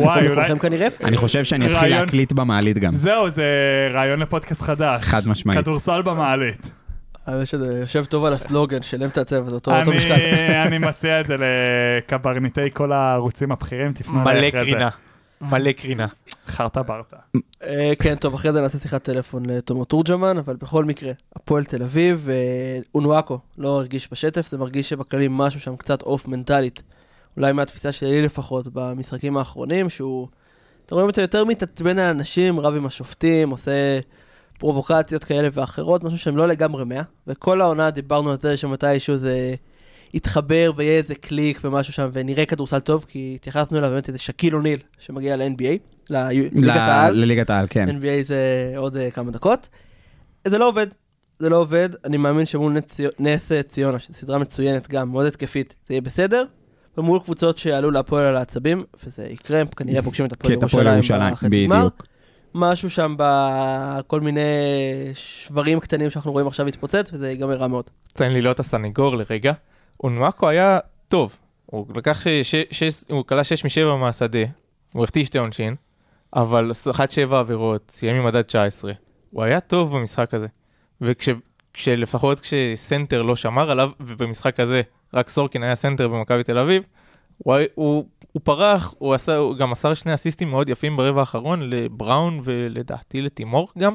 אני חושב שאני אתחיל להקליט במעלית גם. זהו, זה רעיון לפודקאסט חדש. חד משמעית. כדורסל במעלית. אני חושב שזה יושב טוב על הסלוגן, שלם את הצבע, זה אותו משקל. אני מציע את זה לקברניטי כל הערוצים הבכירים, תפנו מלא קרינה. מלא קרינה. חרטה ברטה. כן, טוב, אחרי זה נעשה שיחת טלפון לתומו תורג'מן, אבל בכל מקרה, הפועל תל אביב, אונואקו לא הרגיש בשטף, זה מרגיש שבכללים משהו שם קצת אוף מנטלית, אולי מהתפיסה שלי לפחות, במשחקים האחרונים, שהוא, אתם רואים את זה יותר מתעצבן על אנשים, רב עם השופטים, עושה פרובוקציות כאלה ואחרות, משהו שהם לא לגמרי 100, וכל העונה דיברנו על זה שמתישהו זה יתחבר ויהיה איזה קליק ומשהו שם, ונראה כדורסל טוב, כי התייחסנו אליו באמת איזה שקיל אוניל, שמגיע ל-NBA, לליגת העל. לליגת העל, כן. NBA זה עוד כמה דקות. זה לא עובד, זה לא עובד. אני מאמין שמול נס ציונה, סדרה מצוינת גם, מאוד התקפית, זה יהיה בסדר. ומול קבוצות שעלו להפועל על העצבים, וזה יקרה, כנראה פוגשים את הפועל ירושלים בחצי גמר. משהו שם בכל מיני שברים קטנים שאנחנו רואים עכשיו התפוצץ, וזה ייגמר רע מאוד. תן לי לא את הסניגור לרגע. אונואקו היה טוב. הוא קלה 6 מ-7 מהשדה. הוא החטיא 2 עונשין, אבל 1-7 עבירות, סיים עם מדד 19. הוא היה טוב במשחק הזה. לפחות כשסנטר לא שמר עליו, ובמשחק הזה רק סורקין היה סנטר במכבי תל אביב, הוא פרח, הוא גם עשה 2 אסיסטים מאוד יפים ברבע האחרון, לבראון ולדעתי לטימור גם.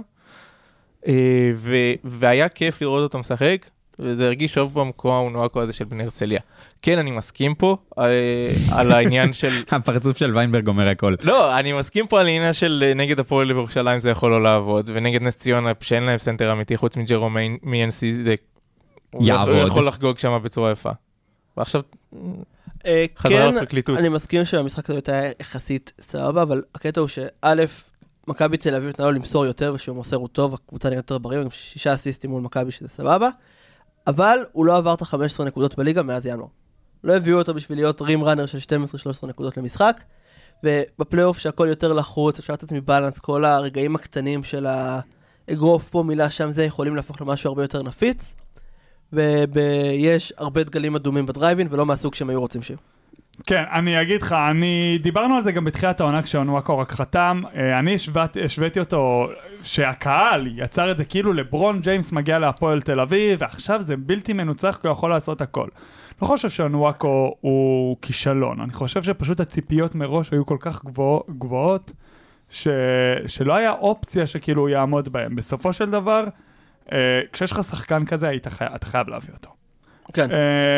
והיה כיף לראות אותו משחק, וזה הרגיש שוב במקום האונואקו הזה של בני הרצליה. כן, אני מסכים פה על העניין של... הפרצוף של ויינברג אומר הכל. לא, אני מסכים פה על העניין של נגד הפועל בירושלים זה יכול לא לעבוד, ונגד נס ציונה שאין להם סנטר אמיתי, חוץ מג'רומי מ-NC, זה... יעבוד. הוא יכול לחגוג שם בצורה יפה. ועכשיו... כן, אני מסכים שהמשחק הזה היה יחסית סבבה, אבל הקטע הוא שא' מכבי תל אביב נתנה לו למסור יותר, ושהוא מוסר הוא טוב, הקבוצה נראית יותר בריא, גם 6 אסיסטים מול מכבי שזה סבבה, אבל הוא לא עבר את 15 נקודות בליגה מאז ינואר. לא הביאו אותו בשביל להיות רים ראנר של 12-13 נקודות למשחק, ובפלייאוף שהכל יותר לחוץ, אפשר לתת מבלנס, כל הרגעים הקטנים של האגרוף פה, מילה שם זה, יכולים להפוך למשהו הרבה יותר נפיץ, ויש הרבה דגלים אדומים בדרייבין, ולא מהסוג שהם היו רוצים שיהיו. כן, אני אגיד לך, דיברנו על זה גם בתחילת העונה כשאונואקו רק חתם, אני השוויתי אותו, שהקהל יצר את זה כאילו לברון ג'יימס מגיע להפועל תל אביב, ועכשיו זה בלתי מנוצח כי הוא יכול לעשות הכל. לא חושב שאונואקו הוא כישלון, אני חושב שפשוט הציפיות מראש היו כל כך גבוהות, שלא היה אופציה שכאילו הוא יעמוד בהם. בסופו של דבר, כשיש לך שחקן כזה, אתה חייב להביא אותו. כן.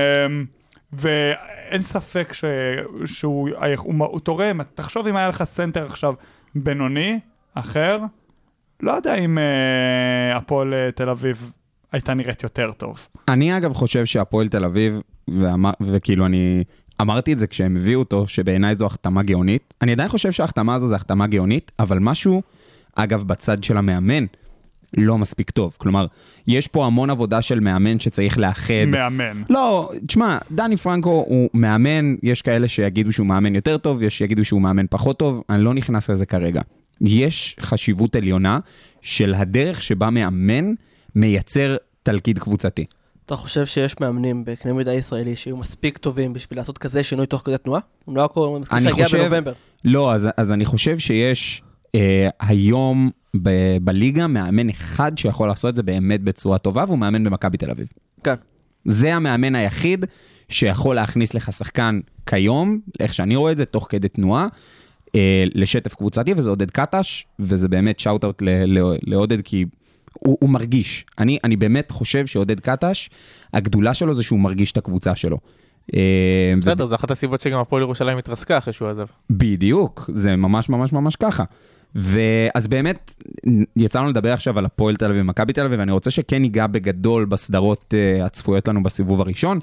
ואין ספק שהוא תורם. תחשוב אם היה לך סנטר עכשיו בינוני, אחר, לא יודע אם הפועל תל אביב הייתה נראית יותר טוב. אני אגב חושב שהפועל תל אביב, וכאילו אני אמרתי את זה כשהם הביאו אותו, שבעיניי זו החתמה גאונית. אני עדיין חושב שההחתמה הזו זה החתמה גאונית, אבל משהו, אגב, בצד של המאמן, לא מספיק טוב. כלומר, יש פה המון עבודה של מאמן שצריך לאחד. מאמן. לא, תשמע, דני פרנקו הוא מאמן, יש כאלה שיגידו שהוא מאמן יותר טוב, יש שיגידו שהוא מאמן פחות טוב, אני לא נכנס לזה כרגע. יש חשיבות עליונה של הדרך שבה מאמן מייצר תלכיד קבוצתי. אתה חושב שיש מאמנים בקנה מידה ישראלי שיהיו מספיק טובים בשביל לעשות כזה שינוי תוך כדי תנועה? הוא לא הכל מספיק להגיע בנובמבר. לא, אז אני חושב שיש היום בליגה מאמן אחד שיכול לעשות את זה באמת בצורה טובה, והוא מאמן במכבי תל אביב. כן. זה המאמן היחיד שיכול להכניס לך שחקן כיום, איך שאני רואה את זה, תוך כדי תנועה, לשטף קבוצתי, וזה עודד קטש, וזה באמת שאוט-אוט לעודד, כי הוא מרגיש. אני באמת חושב שעודד קטש, הגדולה שלו זה שהוא מרגיש את הקבוצה שלו. בסדר, זה אחת הסיבות שגם הפועל ירושלים התרסקה אחרי שהוא עזב. בדיוק, זה ממש ממש ממש ככה. ואז באמת, יצאנו לדבר עכשיו על הפועל תל אביב ומכבי תל אביב, ואני רוצה שכן ניגע בגדול בסדרות הצפויות לנו בסיבוב הראשון,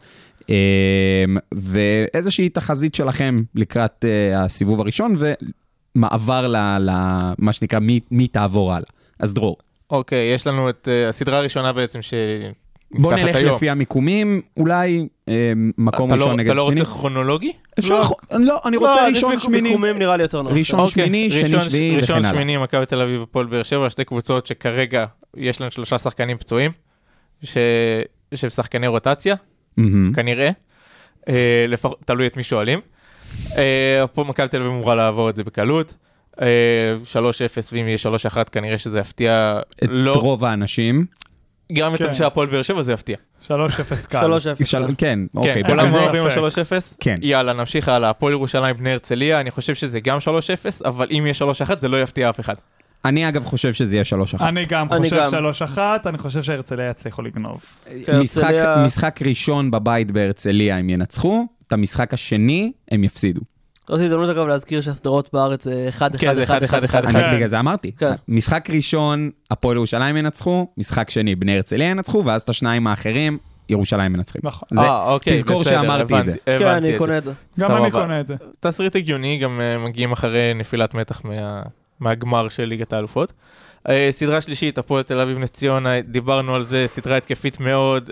ואיזושהי תחזית שלכם לקראת הסיבוב הראשון, ומעבר למה שנקרא מי תעבור הלאה. אז דרור. אוקיי, יש לנו את הסדרה הראשונה בעצם בוא נלך לפי המיקומים, אולי מקום ראשון נגד שמיני. אתה לא רוצה כרונולוגי? לא, אני רוצה ראשון שמיני. מיקומים נראה לי יותר נוח. ראשון שמיני, שני שביעי וכן הלאה. ראשון שמיני, מכבי תל אביב ופועל באר שבע, שתי קבוצות שכרגע יש להן 3 שחקנים פצועים, שהם שחקני רוטציה, כנראה, תלוי את מי שואלים. פה מכבי תל אביב אמורה לעבור את זה בקלות. 3-0, ואם יהיה 3-1 כנראה שזה יפתיע את רוב האנשים. גם את אנשי הפועל באר שבע זה יפתיע. 3-0 קל. 3-0. כן, אוקיי. כולם אומרים 3-0? כן. יאללה, נמשיך הלאה. הפועל ירושלים בני הרצליה, אני חושב שזה גם 3-0, אבל אם יהיה 3-1 זה לא יפתיע אף אחד. אני אגב חושב שזה יהיה 3-1. אני גם חושב 3-1. אני חושב שהרצליה יצליחו לגנוב. משחק ראשון בבית בהרצליה הם ינצחו, את המשחק השני הם יפסידו. זאת הזדמנות אגב להזכיר שהסדרות בארץ זה 1-1. בגלל זה אמרתי. משחק ראשון, הפועל ירושלים ינצחו, משחק שני, בני הרצליה ינצחו, ואז את השניים האחרים, ירושלים מנצחים. נכון. תזכור שאמרתי את זה. כן, אני קונה את זה. גם אני קונה את זה. תסריט הגיוני, גם מגיעים אחרי נפילת מתח מהגמר של ליגת האלופות. סדרה שלישית, הפועל תל אביב נס ציונה, דיברנו על זה, סדרה התקפית מאוד,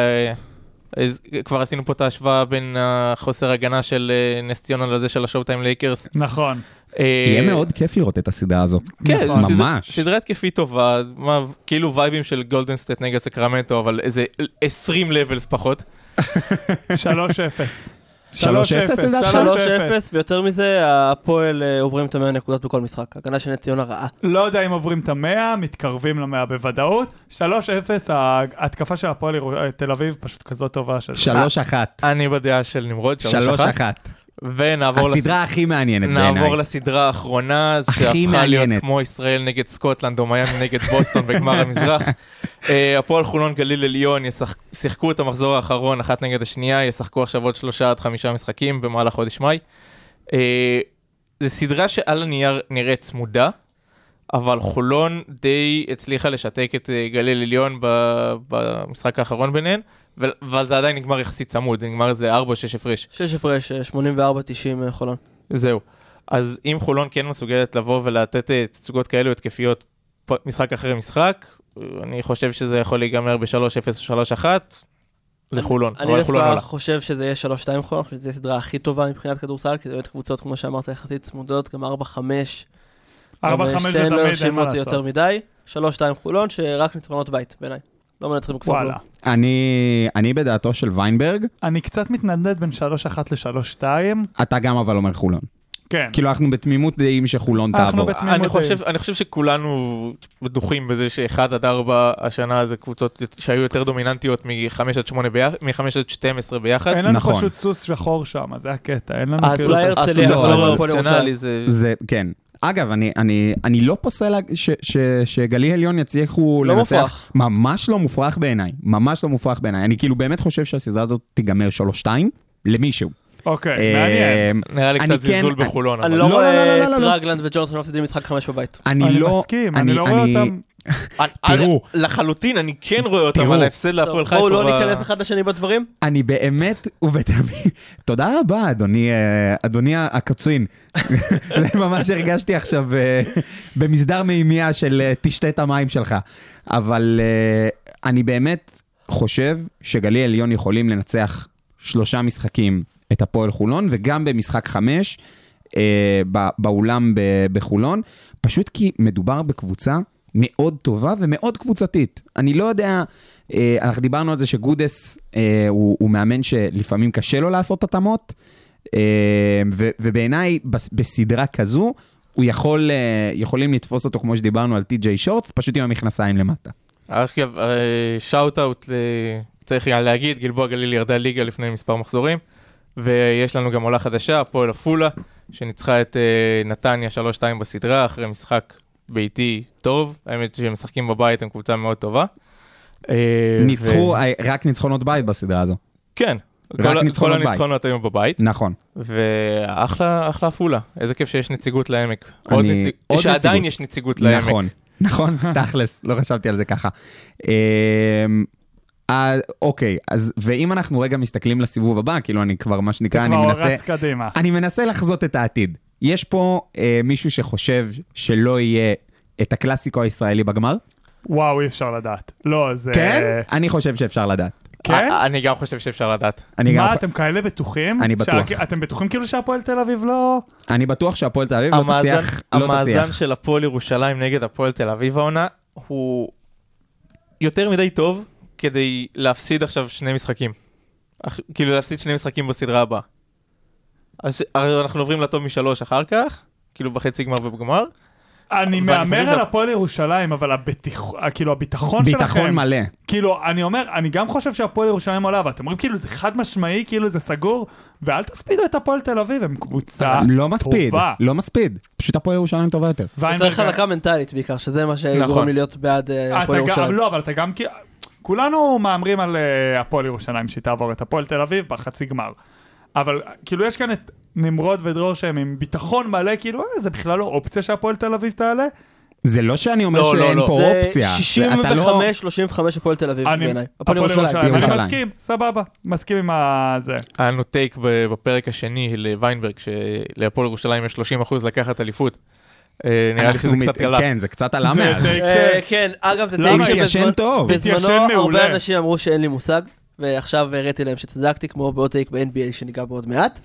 כבר עשינו פה את ההשוואה בין החוסר הגנה של נס ציונה לזה של השואו טיים לייקרס. נכון. יהיה מאוד כיף לראות את הסדרה הזו. כן, ממש. סדרה התקפית טובה, כאילו וייבים של גולדן סטייט נגד סקרמנטו, אבל איזה 20 לבלס פחות. 3-0. 3-0, ויותר מזה, הפועל עוברים את 100 נקודות בכל משחק. הגנה של נס ציונה רעה. לא יודע אם עוברים את 100, מתקרבים ל100 בוודאות. 3-0, ההתקפה של הפועל תל אביב פשוט כזאת טובה. 3-1. אני בדעה של נמרוד, 3-1. הסדרה הכי מעניינת בעיניי. נעבור לסדרה האחרונה, שהפכה להיות כמו ישראל נגד סקוטלנד, או מיאמי נגד בוסטון בגמר המזרח. הפועל חולון גליל עליון שיחקו את המחזור האחרון, אחת נגד השנייה, ישחקו עכשיו עוד 3-5 משחקים במהלך חודש מאי. זו סדרה שעל הנייר נראית צמודה, אבל חולון די הצליחה לשתק את גליל עליון במשחק האחרון ביניהן, אבל זה עדיין נגמר יחסית צמוד, זה נגמר איזה 4-6 הפרש. 6 הפרש, 84-90 חולון. זהו. אז אם חולון כן מסוגלת לבוא ולתת תצוגות כאלו התקפיות משחק אחרי משחק, אני חושב שזה יכול להיגמר ב-3-0 או 3-1 לחולון. אני דווקא חושב שזה יהיה 3-2 חולון, אני חושב שזה הסדרה הכי טובה מבחינת כדורסל, כי זה באמת קבוצות, כמו שאמרת, יחסית צמודות, גם 4-5. 4-5 זה תמיד, אין מה לעשות. יותר מדי, 3-2 חולון, שרק ניצחונות בית, בעיניי. לא מנצחים בכפר כלום. אני בדעתו של ויינברג. אני קצת מתנדנד בין 3-1 ל-3-2. אתה גם אבל אומר חולון. כן. כאילו אנחנו בתמימות דעים שחולון תעבור. אני חושב שכולנו בטוחים בזה ש1-4 השנה זה קבוצות שהיו יותר דומיננטיות מ5-12 ביחד. אין לנו נכון. פשוט סוס שחור שם, זה הקטע, אין לנו אז כאילו... אולי הרצליה, אבל לא הפועל ירושלים. זה, כן. אגב, אני לא פוסל שגליל עליון יצליחו לא לנצח. מופרך. ממש לא מופרך בעיניי. ממש לא מופרך בעיניי. אני כאילו באמת חושב שהסדרה הזאת תיגמר 3-2 למישהו. אוקיי, מעניין. נראה לי קצת זלזול בחולון. אני אבל- לא רואה לא. טרגלנד וג'ונסון מפסידים משחק 5 בבית. אני מסכים, אני לא רואה אותם... תראו. לחלוטין, אני כן רואה אותם תראו. על ההפסד להפועל חיפה. בואו לא ניכנס אחד לשני בדברים. אני באמת ובתמיד... תודה רבה, אדוני הקצין. זה ממש הרגשתי עכשיו במסדר מימיה של תשתה את המים שלך. אבל אני באמת חושב שגליל עליון יכולים לנצח 3 משחקים את הפועל חולון, וגם במשחק 5 באולם בחולון, פשוט כי מדובר בקבוצה מאוד טובה ומאוד קבוצתית. אני לא יודע, אנחנו דיברנו על זה שגודס הוא מאמן שלפעמים קשה לו לעשות התאמות, ובעיניי בסדרה כזו, הוא יכולים לתפוס אותו כמו שדיברנו על טי.ג'יי שורטס, פשוט עם המכנסיים למטה. אגב, שאוט-אאוט צריך להגיד, גלבוע גליל ירדה ליגה לפני מספר מחזורים, ויש לנו גם עולה חדשה, הפועל עפולה, שניצחה את נתניה 3-2 בסדרה, אחרי משחק ביתי טוב, האמת שהם משחקים בבית, הם קבוצה מאוד טובה. ניצחו רק ניצחונות בית בסדרה הזו. כן, כל הניצחונות היו בבית. נכון. ואחלה עפולה, איזה כיף שיש נציגות לעמק. עוד שעדיין יש נציגות לעמק. נכון, תכלס, לא חשבתי על זה ככה. אוקיי, אז ואם אנחנו רגע מסתכלים לסיבוב הבא, כאילו אני כבר מה שנקרא, אני מנסה לחזות את העתיד. יש פה מישהו שחושב שלא יהיה את הקלאסיקו הישראלי בגמר? וואו, אי אפשר לדעת. לא, זה... כן? אני חושב שאפשר לדעת. כן? אני גם חושב שאפשר לדעת. מה, אתם כאלה בטוחים? אני בטוח. אתם בטוחים כאילו שהפועל תל אביב לא... אני בטוח שהפועל תל אביב לא תצליח. המאזן של הפועל ירושלים נגד הפועל תל אביב העונה, הוא יותר מדי טוב כדי להפסיד עכשיו 2 משחקים. כאילו להפסיד 2 משחקים בסדרה הבאה. אז אנחנו עוברים לטוב מ3 אחר כך, כאילו בחצי גמר ובגמר. אני מאמר על הפועל ירושלים, אבל כאילו הביטחון שלכם... ביטחון מלא. כאילו, אני אומר, אני גם חושב שהפועל ירושלים עולה, אבל אתם אומרים כאילו זה חד משמעי, כאילו זה סגור, ואל תספידו את הפועל תל אביב, הם קבוצה טובה. לא מספיד. פשוט הפועל ירושלים טובה יותר. יותר חלקה מנטלית בעיקר, שזה מה שגורם לי להיות בעד הפועל ירושלים. לא, אבל אתה גם... כולנו מאמרים על הפועל ירושלים שהיא תעבור את הפועל תל אביב בחצי גמר. אבל כאילו יש כאן את נמרוד ודרור שהם עם ביטחון מלא, כאילו זה בכלל לא אופציה שהפועל תל אביב תעלה. זה לא שאני אומר שאין פה אופציה. זה 65-35 הפועל תל אביב בעיניי. הפועל ירושלים. אני מסכים, סבבה, מסכים עם זה. היה לנו טייק בפרק השני לוויינברג, שלהפועל ירושלים יש 30% לקחת אליפות. נראה לי שזה קצת קלה. כן, זה קצת עלה מאז. כן, אגב זה טייק שבזמנו הרבה אנשים אמרו שאין לי מושג. ועכשיו הראיתי להם שצדקתי, כמו בעוד טייק ב-NBA שניגע בעוד מעט.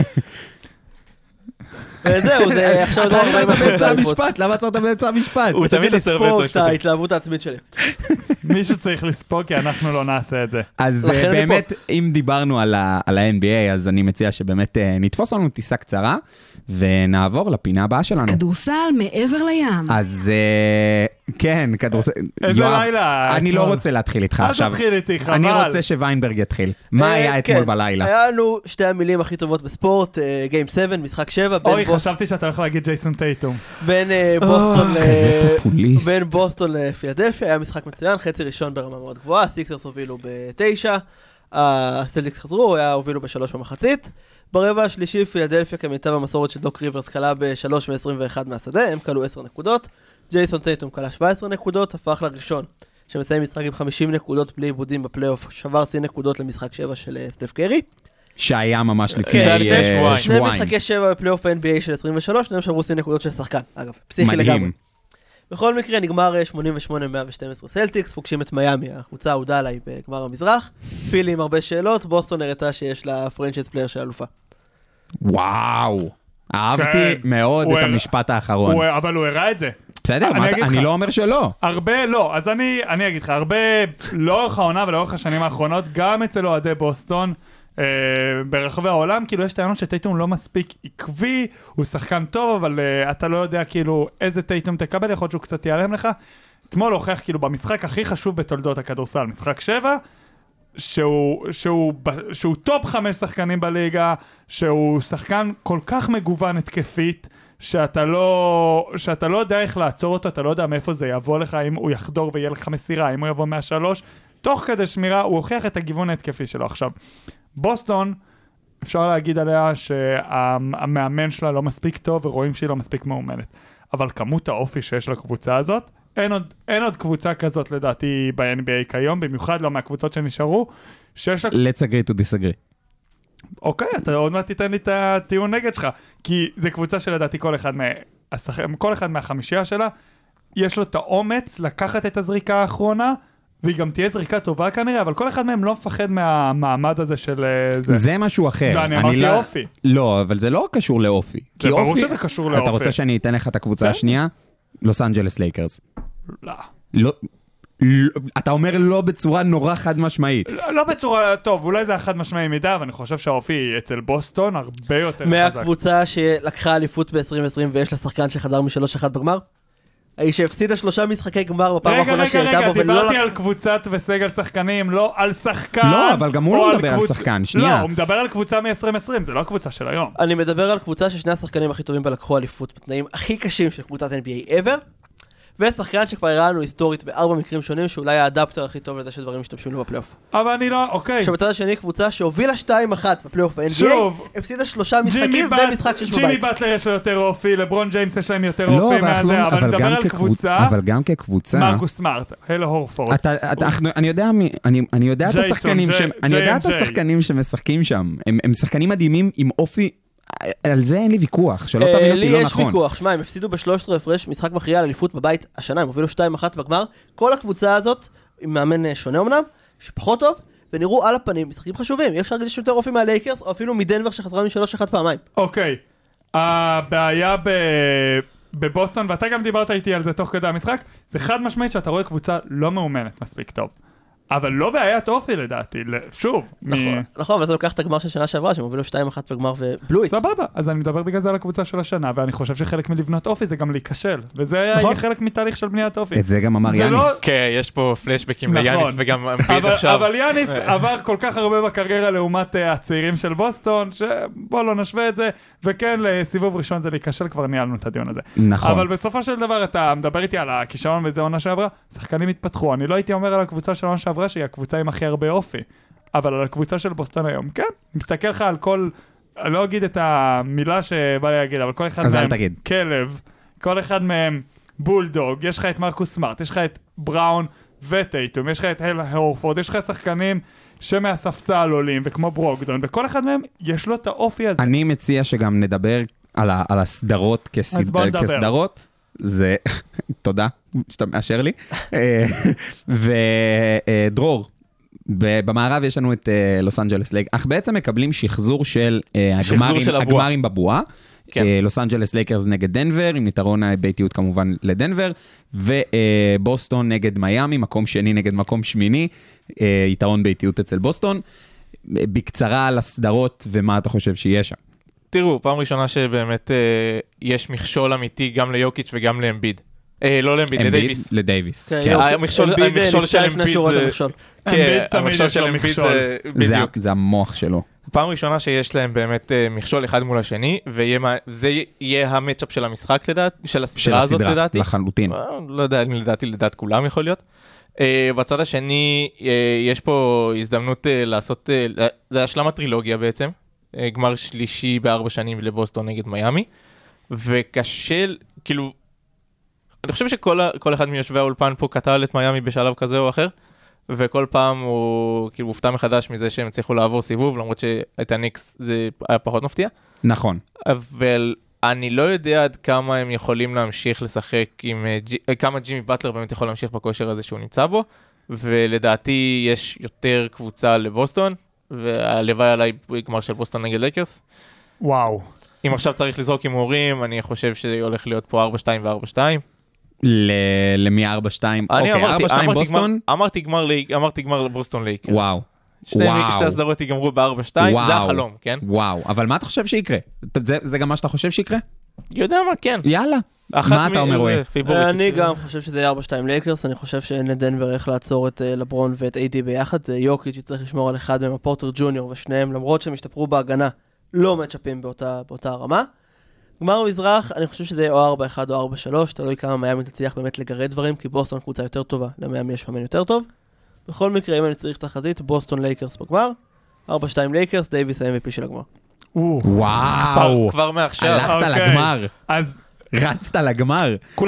וזהו, זה עכשיו... אתה עצרת באמצע המשפט, למה עצרת באמצע המשפט? הוא תמיד עצר באמצע המשפט. את ההתלהבות העצמית שלי. מישהו צריך לספוג, כי אנחנו לא נעשה את זה. אז באמת, אם דיברנו על ה-NBA, אז אני מציע שבאמת נתפוס לנו טיסה קצרה, ונעבור לפינה הבאה שלנו. כדורסל מעבר לים. אז כן, כדורסל... איזה לילה. אני לא רוצה להתחיל איתך עכשיו. אל תתחיל איתי, חבל. אני רוצה שוויינברג יתחיל. מה היה אתמול בלילה? היה לנו 2 המילים הכי טובות בספורט, גיים 7, משחק 7. אוי, חשבתי שאתה הולך להגיד ג'ייסון טייטום. בין בוסטון לפילדלפיה, היה משחק מצוין, חצי ראשון ברמה מאוד גבוהה, הסיקסרס הובילו ב9, הסלטיקס חזרו, הובילו ב3 במחצית. ברבע השלישי, פילדלפיה כמיטב המסורת של דוק ריברס קלה ב3 מ-21 מהשדה, הם קלו 10 נקודות, ג'ייסון טייטום קלה 17 נקודות, הפך לראשון שמסיים משחק עם 50 נקודות בלי עיבודים בפלייאוף, שבר שיא נקודות למשחק 7 של סטף קרי. שהיה ממש לפני שבועיים. שני משחקי 7 בפלייאוף NBA של 23, שניהם שברו שיא נקודות של שחקן, אגב, פסיכי לגמרי. בכל מקרה נגמר 88-112 סלטיקס, פוגשים את מיאמי, הקבוצה העודה עליי בגמר המזרח, פילי עם הרבה שאלות, בוסטון הראתה שיש לה פרנצ'ייז פלייר של אלופה. וואו, אהבתי מאוד את המשפט האחרון. אבל הוא הראה את זה. בסדר, אני לא אומר שלא. הרבה לא, אז אני אגיד לך, הרבה לאורך העונה ולאורך השנים האחרונות, גם אצל אוהדי בוסטון, ברחבי העולם, כאילו יש טענות שטייטום לא מספיק עקבי, הוא שחקן טוב, אבל אתה לא יודע כאילו איזה טייטום תקבל, יכול להיות שהוא קצת ייעלם לך. אתמול הוכיח כאילו במשחק הכי חשוב בתולדות הכדורסל, משחק 7, שהוא טופ 5 שחקנים בליגה, שהוא שחקן כל כך מגוון התקפית, שאתה לא יודע איך לעצור אותו, אתה לא יודע מאיפה זה יבוא לך, אם הוא יחדור ויהיה לך מסירה, אם הוא יבוא מה3, תוך כדי שמירה, הוא הוכיח את הגיוון ההתקפי שלו. עכשיו, בוסטון, אפשר להגיד עליה שהמאמן שלה לא מספיק טוב, ורואים שהיא לא מספיק מאומנת. אבל כמות האופי שיש לקבוצה הזאת, אין עוד קבוצה כזאת לדעתי ב-NBA כיום, במיוחד לא מהקבוצות שנשארו, שיש לה... Let's agree to disagree. אוקיי, אתה עוד מעט תיתן לי את הטיעון נגד שלך, כי זה קבוצה שלדעתי כל אחד מהחמישייה שלה, יש לו את האומץ לקחת את הזריקה האחרונה, והיא גם תהיה זריקה טובה כנראה, אבל כל אחד מהם לא מפחד מהמעמד הזה של זה. זה משהו אחר. ואני אמרתי אופי. לא, אבל זה לא קשור לאופי. זה ברור שזה קשור לאופי. אתה רוצה שאני אתן לך את הקבוצה השנייה? לוס אנג'לס לייקרס. לא. אתה אומר לא בצורה נורא חד משמעית. לא בצורה, טוב, אולי זה החד משמעי מידה, אבל אני חושב שהאופי אצל בוסטון הרבה יותר חזק. מהקבוצה שלקחה אליפות ב-2020 ויש לה שחקן שחזר מ3-1 בגמר? האיש שהפסידה 3 משחקי גמר בפעם האחרונה שהייתה בו, דיברתי על קבוצת וסגל שחקנים, לא על שחקן. לא, אבל גם הוא לא מדבר על שחקן, שנייה. לא, הוא מדבר על קבוצה מ-2020, זה לא הקבוצה של היום. אני מדבר על קבוצה ששני השחקנים הכי טובים בה לקחו אליפות בתנאים הכי קשים של קבוצת NBA ever, ושחקן שכבר הראה לנו היסטורית ב4 מקרים שונים, שאולי האדפטר הכי טוב לזה שדברים משתמשים לו בפלייאוף. אבל אני לא, אוקיי. שבצד השני קבוצה שהובילה 2-1 בפלייאוף ב-NBA, הפסידה 3 משחקים ומשחק 6 בבית. ג'ימי באטלר יש לו יותר אופי, לברון ג'יימס יש להם יותר אופי מהזה, אבל נדבר על קבוצה. אבל גם כקבוצה... מרקוס סמארט, הלו הורפורד. אני יודע את השחקנים שמשחקים שם. הם שחקנים מדהימים עם אופי... על זה אין לי ויכוח, שלא תבין אותי לא נכון. לי יש ויכוח, שמע, הם הפסידו ב-13 הפרש משחק מכריע על אליפות בבית השנה, הם הובילו 2-1 בגמר, כל הקבוצה הזאת, עם מאמן שונה אמנם, שפחות טוב, ונראו על הפנים, משחקים חשובים, אי אפשר להגיד שיותר אופי מהלייקרס, או אפילו מדנבר שחזרה מ3-1 פעמיים. אוקיי, הבעיה בבוסטון, ואתה גם דיברת איתי על זה תוך כדי המשחק, זה חד משמעית שאתה רואה קבוצה לא מאומנת מספיק טוב. אבל לא בעיית אופי לדעתי, שוב. נכון, אבל אתה לוקח את הגמר של שנה שעברה, שהם הובילו 2-1 בגמר ובלואיט. סבבה, אז אני מדבר בגלל זה על הקבוצה של השנה, ואני חושב שחלק מלבנות אופי זה גם להיכשל, וזה היה חלק מתהליך של בניית אופי. את זה גם אמר יאניס. כן, יש פה פלשבקים ליאניס וגם אמביד עכשיו. אבל יאניס עבר כל כך הרבה בקריירה לעומת הצעירים של בוסטון, שבוא לא נשווה את זה, וכן, לסיבוב ראשון זה להיכשל, כבר ניהלנו את הדיון הזה. נכון. אבל בסופו של דבר אתה מדבר איתי על הכישרון וזה עונה שעברה, שחקנים התפתחו. אני לא הייתי אומר על הקבוצה של עונה שעברה שהיא הקבוצה עם הכי הרבה אופי, אבל על הקבוצה של בוסטון היום, כן, מסתכל לך על כל, אני לא אגיד את המילה שבא לי להגיד, אבל כל אחד מהם כלב, כל אחד מהם בולדוג, יש לך את מרקוס סמארט, יש לך את בראון וטייטום, יש לך את הל הורפורד, יש לך שחקנים שמהספסל עולים, וכמו ברוקדון, וכל אחד מהם יש לו את האופי הזה. אני מציע שגם נדבר על הסדרות כסדרות, זה, תודה שאתה מאשר לי, ודרור, במערב יש לנו את לוס אנג'לס לייקרס, אך בעצם מקבלים שחזור של הגמרים בבועה, לוס אנג'לס לייקרס נגד דנבר, עם יתרון ביתיות כמובן לדנבר, ובוסטון נגד מיאמי, מקום שני נגד מקום שמיני, יתרון ביתיות אצל בוסטון. בקצרה על הסדרות ומה אתה חושב שיש שם. תראו, פעם ראשונה שבאמת יש מכשול אמיתי גם ליוקיץ' וגם לאמביד. לא לאמביד, לדייביס. לדייביס. המכשול של אמביד זה... כן, המכשול של אמביד זה בדיוק. זה המוח שלו. פעם ראשונה שיש להם באמת מכשול אחד מול השני, וזה יהיה המצ'אפ של המשחק לדעתי, של הסדרה הזאת לדעתי. לחלוטין. לא יודע, לדעתי לדעת כולם יכול להיות. בצד השני, יש פה הזדמנות לעשות, זה השלמת טרילוגיה בעצם. גמר שלישי ב4 שנים לבוסטון נגד מיאמי, וקשה, כאילו, אני חושב שכל אחד מיושבי האולפן פה קטל את מיאמי בשלב כזה או אחר, וכל פעם הוא כאילו מופתע מחדש מזה שהם צריכו לעבור סיבוב, למרות שאת הניקס זה היה פחות מפתיע. נכון. אבל אני לא יודע עד כמה הם יכולים להמשיך לשחק עם, כמה ג'ימי באטלר באמת יכול להמשיך בכושר הזה שהוא נמצא בו, ולדעתי יש יותר קבוצה לבוסטון, והלוואי עליי גמר של בוסטון נגד לייקרס. וואו. אם עכשיו צריך לזרוק הימורים, אני חושב שזה הולך להיות פה 4-2 ו-4-2. למי 4-2? אוקיי, 4-2 בוסטון? אמרתי גמר לבוסטון לייקרס. וואו. שתי הסדרות ייגמרו ב-4-2, זה החלום, כן? וואו, אבל מה אתה חושב שיקרה? זה גם מה שאתה חושב שיקרה? יודע מה, כן. יאללה. מה אתה אומר, רואה? אני גם חושב שזה יהיה 4-2 לייקרס, אני חושב שאין לדנבר איך לעצור את לברון ואת AD ביחד, זה יוקיץ' שצריך לשמור על אחד מהם, הפורטר ג'וניור ושניהם, למרות שהם השתפרו בהגנה, לא מצ'אפים באותה הרמה. גמר המזרח, אני חושב שזה יהיה או 4-1 או 4-3, תלוי כמה מיאמי תצליח באמת לגרד דברים, כי בוסטון קבוצה יותר טובה, למיאמי יש מאמן יותר טוב. בכל מקרה, אם אני צריך תחזית, בוסטון לייקרס בגמר, 4-2 לייקרס, דייביס ה-MVP של הגמר. וואו, כבר מעכשיו. הלכת לגמר. אז רצת לגמר. כולם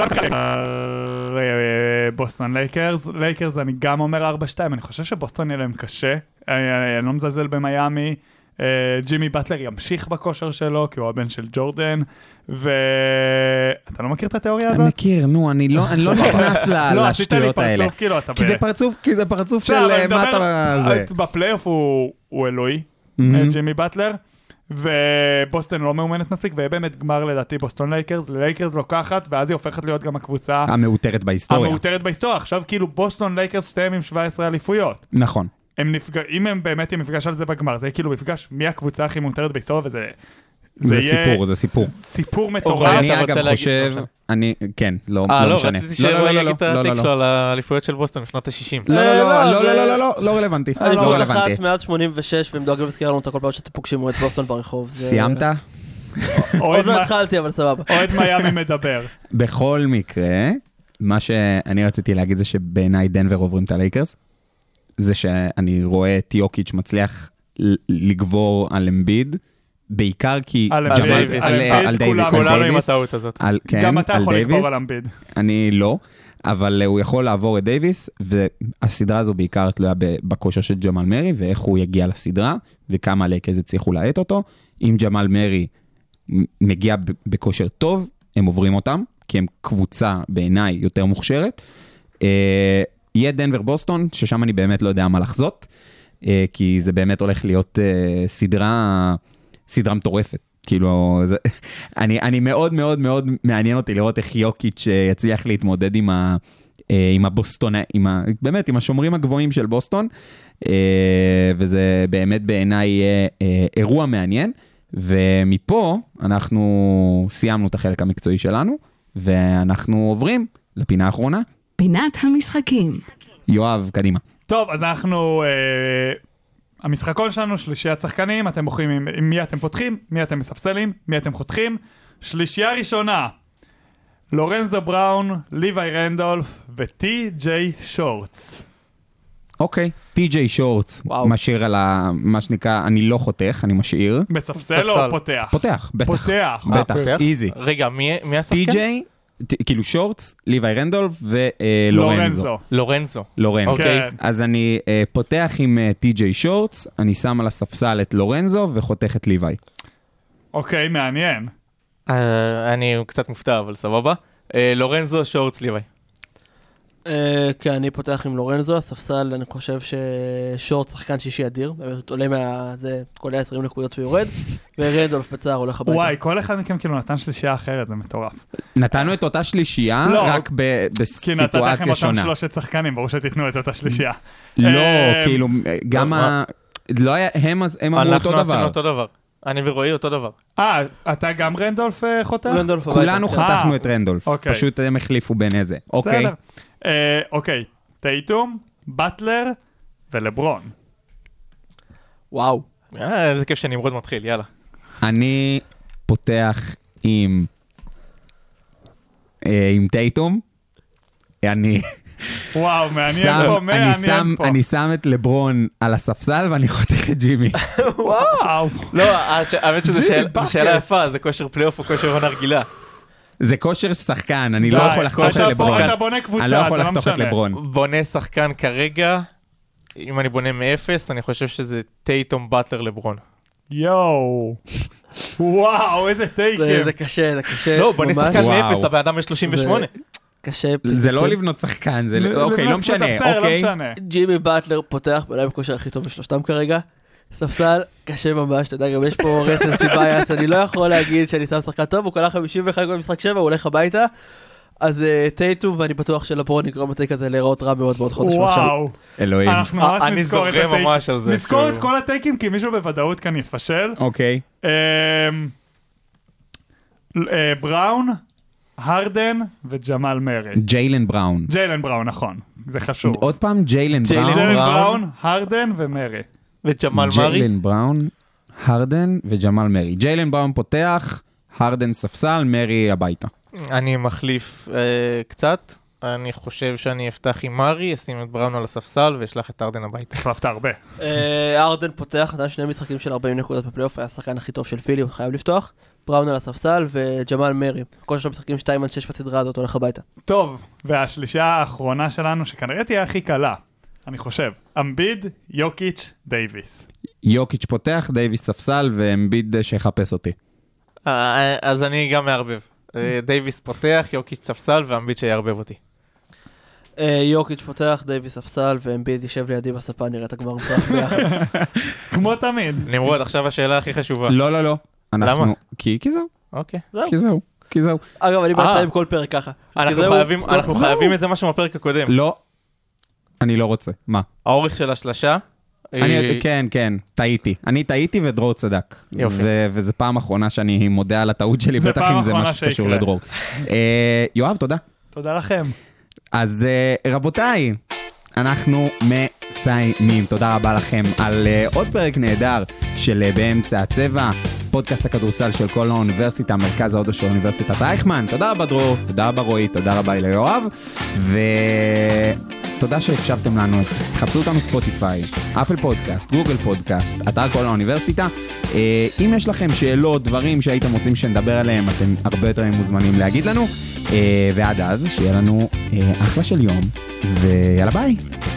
בוסטון לייקרס אני גם אומר 4-2, אני חושב שבוסטון יהיה להם קשה, אני לא מזלזל במיימי, ג'ימי באטלר ימשיך בכושר שלו, כי הוא הבן של ג'ורדן, ואתה לא מכיר את התיאוריה הזאת? אני מכיר, נו, אני לא נכנס לשטויות האלה. כי זה פרצוף של מה אתה... בפלייאוף הוא אלוהי, ג'ימי באטלר, ובוסטון לא מאומנת מספיק, ויהיה באמת גמר לדעתי בוסטון לייקרס לוקחת, ואז היא הופכת להיות גם הקבוצה המאותרת בהיסטוריה. עכשיו כאילו בוסטון לייקרס שתיהם עם 17 אליפויות. נכון. אם הם באמת יהיה מפגש על זה בגמר, זה כאילו מפגש מי הקבוצה הכי מאותרת בהיסטוריה, וזה... זה סיפור. סיפור מטורף. אני אגב חושב, כן, לא משנה. רציתי שהוא יגיד את הטק שלו על האליפויות של בוסטון בשנות ה-60. לא רלוונטי. אליפות אחת מאז 86, והם דואגים להזכיר לנו את הכל פעם שאתם פוגשים את בוסטון ברחוב. סיימת? עוד לא התחלתי, אבל סבבה. אוהד מיאמי מדבר. בכל מקרה, מה שאני רציתי להגיד זה שבעיניי דנבר עוברים את הלייקרס, זה שאני רואה את יוקיץ' מצליח לגבור על אמביד, בעיקר כי... על דיוויד, כולנו עם הטעות הזאת. גם אתה יכול לגבור על אמביד. אני לא, אבל הוא יכול לעבור את דייביס, והסדרה הזו בעיקר תלויה בכושר של ג'מאל מרי, ואיך הוא יגיע לסדרה, וכמה לייקרס הצליחו להעט אותו. אם ג'מאל מרי מגיע בכושר טוב, הם עוברים אותם, כי הם קבוצה בעיניי יותר מוכשרת. יהיה דנבר בוסטון, ששם אני באמת לא יודע מה לחזות, כי זה באמת הולך להיות סדרה מטורפת. כאילו, אני מאוד מאוד מאוד מעניין אותי לראות איך יוקיץ' יצליח להתמודד עם הבוסטון, באמת, עם השומרים הגבוהים של בוסטון, וזה באמת בעיניי אירוע מעניין, ומפה אנחנו סיימנו את החלק המקצועי שלנו, ואנחנו עוברים לפינה האחרונה. פינת המשחקים. יואב, קדימה. טוב, אז אנחנו... המשחקון שלנו, שלישיית שחקנים, אתם בוחרים עם מי אתם פותחים, מי אתם מספסלים, מי אתם חותכים. שלישייה ראשונה, לורנזו בראון, ליווי רנדולף וטי.ג'יי שורטס. אוקיי, טי.ג'יי שורטס, משאיר על מה שנקרא, אני לא חותך, אני משאיר. מספסל או פותח? פותח, בטח. בטח, איזי. רגע, מי השחקן? טי.ג'יי, כאילו שורטס, ליווי רנדולף ולורנזו. לורנזו. אוקיי. אז אני פותח עם טי.ג'יי שורטס, אני שם על הספסל את לורנזו וחותך את ליווי. אוקיי, מעניין. אני קצת מופתע, אבל סבבה. לורנזו, שורטס, ליווי. כן, אני פותח עם לורנזו, הספסל, אני חושב ששורט שחקן שישי אדיר, באמת עולה מהזה, כל 20 נקודות ויורד, ורנדולף בצער הולך הביתה. וואי, כל אחד מכם כאילו נתן שלישייה אחרת, זה מטורף. נתנו את אותה שלישייה, רק בסיטואציה שונה. כי נתתם אותם שלושת שחקנים, ברור שתיתנו את אותה שלישייה. לא, כאילו, גם לא היה, הם אמרו אותו דבר. אנחנו עשינו אותו דבר. אני ורועי אותו דבר. אתה גם רנדולף חותם? כולנו חתכנו את רנדולף, פשוט הם החליפו בין איזה. אוקיי. אוקיי, טייטום, באטלר ולברון. וואו. איזה כיף שנמרוד מתחיל, יאללה. אני פותח עם טייטום. וואו, מעניין פה, מעניין פה. אני שם את לברון על הספסל ואני חותך את ג'ימי. וואו. לא, האמת שזו שאלה יפה, זה כושר פלייאוף או כושר עונה רגילה. זה כושר שחקן, אני לא יכול לחתוך את לברון. אתה בונה קבוצה, אני לא יכול לחתוך את לברון. בונה שחקן כרגע, אם אני בונה מאפס, אני חושב שזה טייטום, באטלר, לברון. יואו. וואו, איזה טייקים. זה קשה, זה קשה. לא, בונה שחקן מאפס, הבאדם ל-38. קשה. זה לא לבנות שחקן, זה אוקיי, לא משנה, אוקיי. ג'ימי באטלר פותח, בעיניי בכושר הכי טוב בשלושתם כרגע. ספסל, קשה ממש, אתה יודע, גם יש פה רסנסי בייס, אני לא יכול להגיד שאני שם שחקן טוב, הוא קלה 51 במשחק 7, הוא הולך הביתה, אז טייטום, ואני בטוח שלברון יגרום הטייק הזה להיראות רע מאוד מאוד חודש מעכשיו. וואו. אלוהים. אנחנו ממש אני נזכור את זוכר הטייק. ממש על זה. נזכור את כל הטייקים, כי מישהו בוודאות כאן יפשל. אוקיי. בראון, הרדן וג'מאל מרי. ג'יילן בראון. ג'יילן בראון, נכון. זה חשוב. עוד פעם ג'יילן בראון. ג'יילן בראון, הרדן ומרי. וג'מאל מרי. ג'יילן בראון, הרדן וג'מאל מרי. ג'יילן בראון פותח, הרדן ספסל, מרי הביתה. אני מחליף קצת. אני חושב שאני אפתח עם מרי, אשים את בראון על הספסל ואשלח את ארדן הביתה. החלפת הרבה. ארדן פותח, נתן 2 משחקים של 40 נקודות בפלייאוף, היה השחקן הכי טוב של פילי, הוא חייב לפתוח. בראון על הספסל וג'מאל מרי. כל שלו משחקים 2-6 בסדרה הזאת, הולך הביתה. טוב, והשלישה האחרונה שלנו, שכנראה תהיה הכי קלה, אני חושב. אמביד, יוקיץ', דייביס. יוקיץ' פותח, דייביס ספסל ואמביד שיחפש אותי. אז אני גם מערבב. דייביס פותח, יוקיץ' ספסל ואמביד שיערבב אותי. יוקיץ' פותח, דייביס ספסל ואמביד יישב לידי בספה, נראה את הגמר מפתח ביחד. כמו תמיד. נמרוד, עכשיו השאלה הכי חשובה. לא. למה? כי זהו. אוקיי. כי זהו. אגב, אני בא לסיים כל פרק ככה. אנחנו חייבים את זה משהו מהפרק הקודם. לא. אני לא רוצה. מה? האורך של השלשה. כן, טעיתי. אני טעיתי ודרור צדק. יופי. וזה פעם אחרונה שאני מודה על הטעות שלי, בטח אם זה משהו שקשור לדרור. יואב, תודה. תודה לכם. אז רבותיי, אנחנו מסיימים. תודה רבה לכם על עוד פרק נהדר של באמצע הצבע, פודקאסט הכדורסל של כל האוניברסיטה, מרכז האודיו של אוניברסיטת רייכמן. תודה רבה דרור, תודה רבה רועי, תודה רבה ליואב, ותודה שהקשבתם לנו. חפשו אותנו ספוטיפיי, אפל פודקאסט, גוגל פודקאסט, אתר כל האוניברסיטה. אם יש לכם שאלות, דברים שהייתם רוצים שנדבר עליהם, אתם הרבה יותר מוזמנים להגיד לנו. ועד אז, שיהיה לנו אחלה של יום, ויאללה ביי.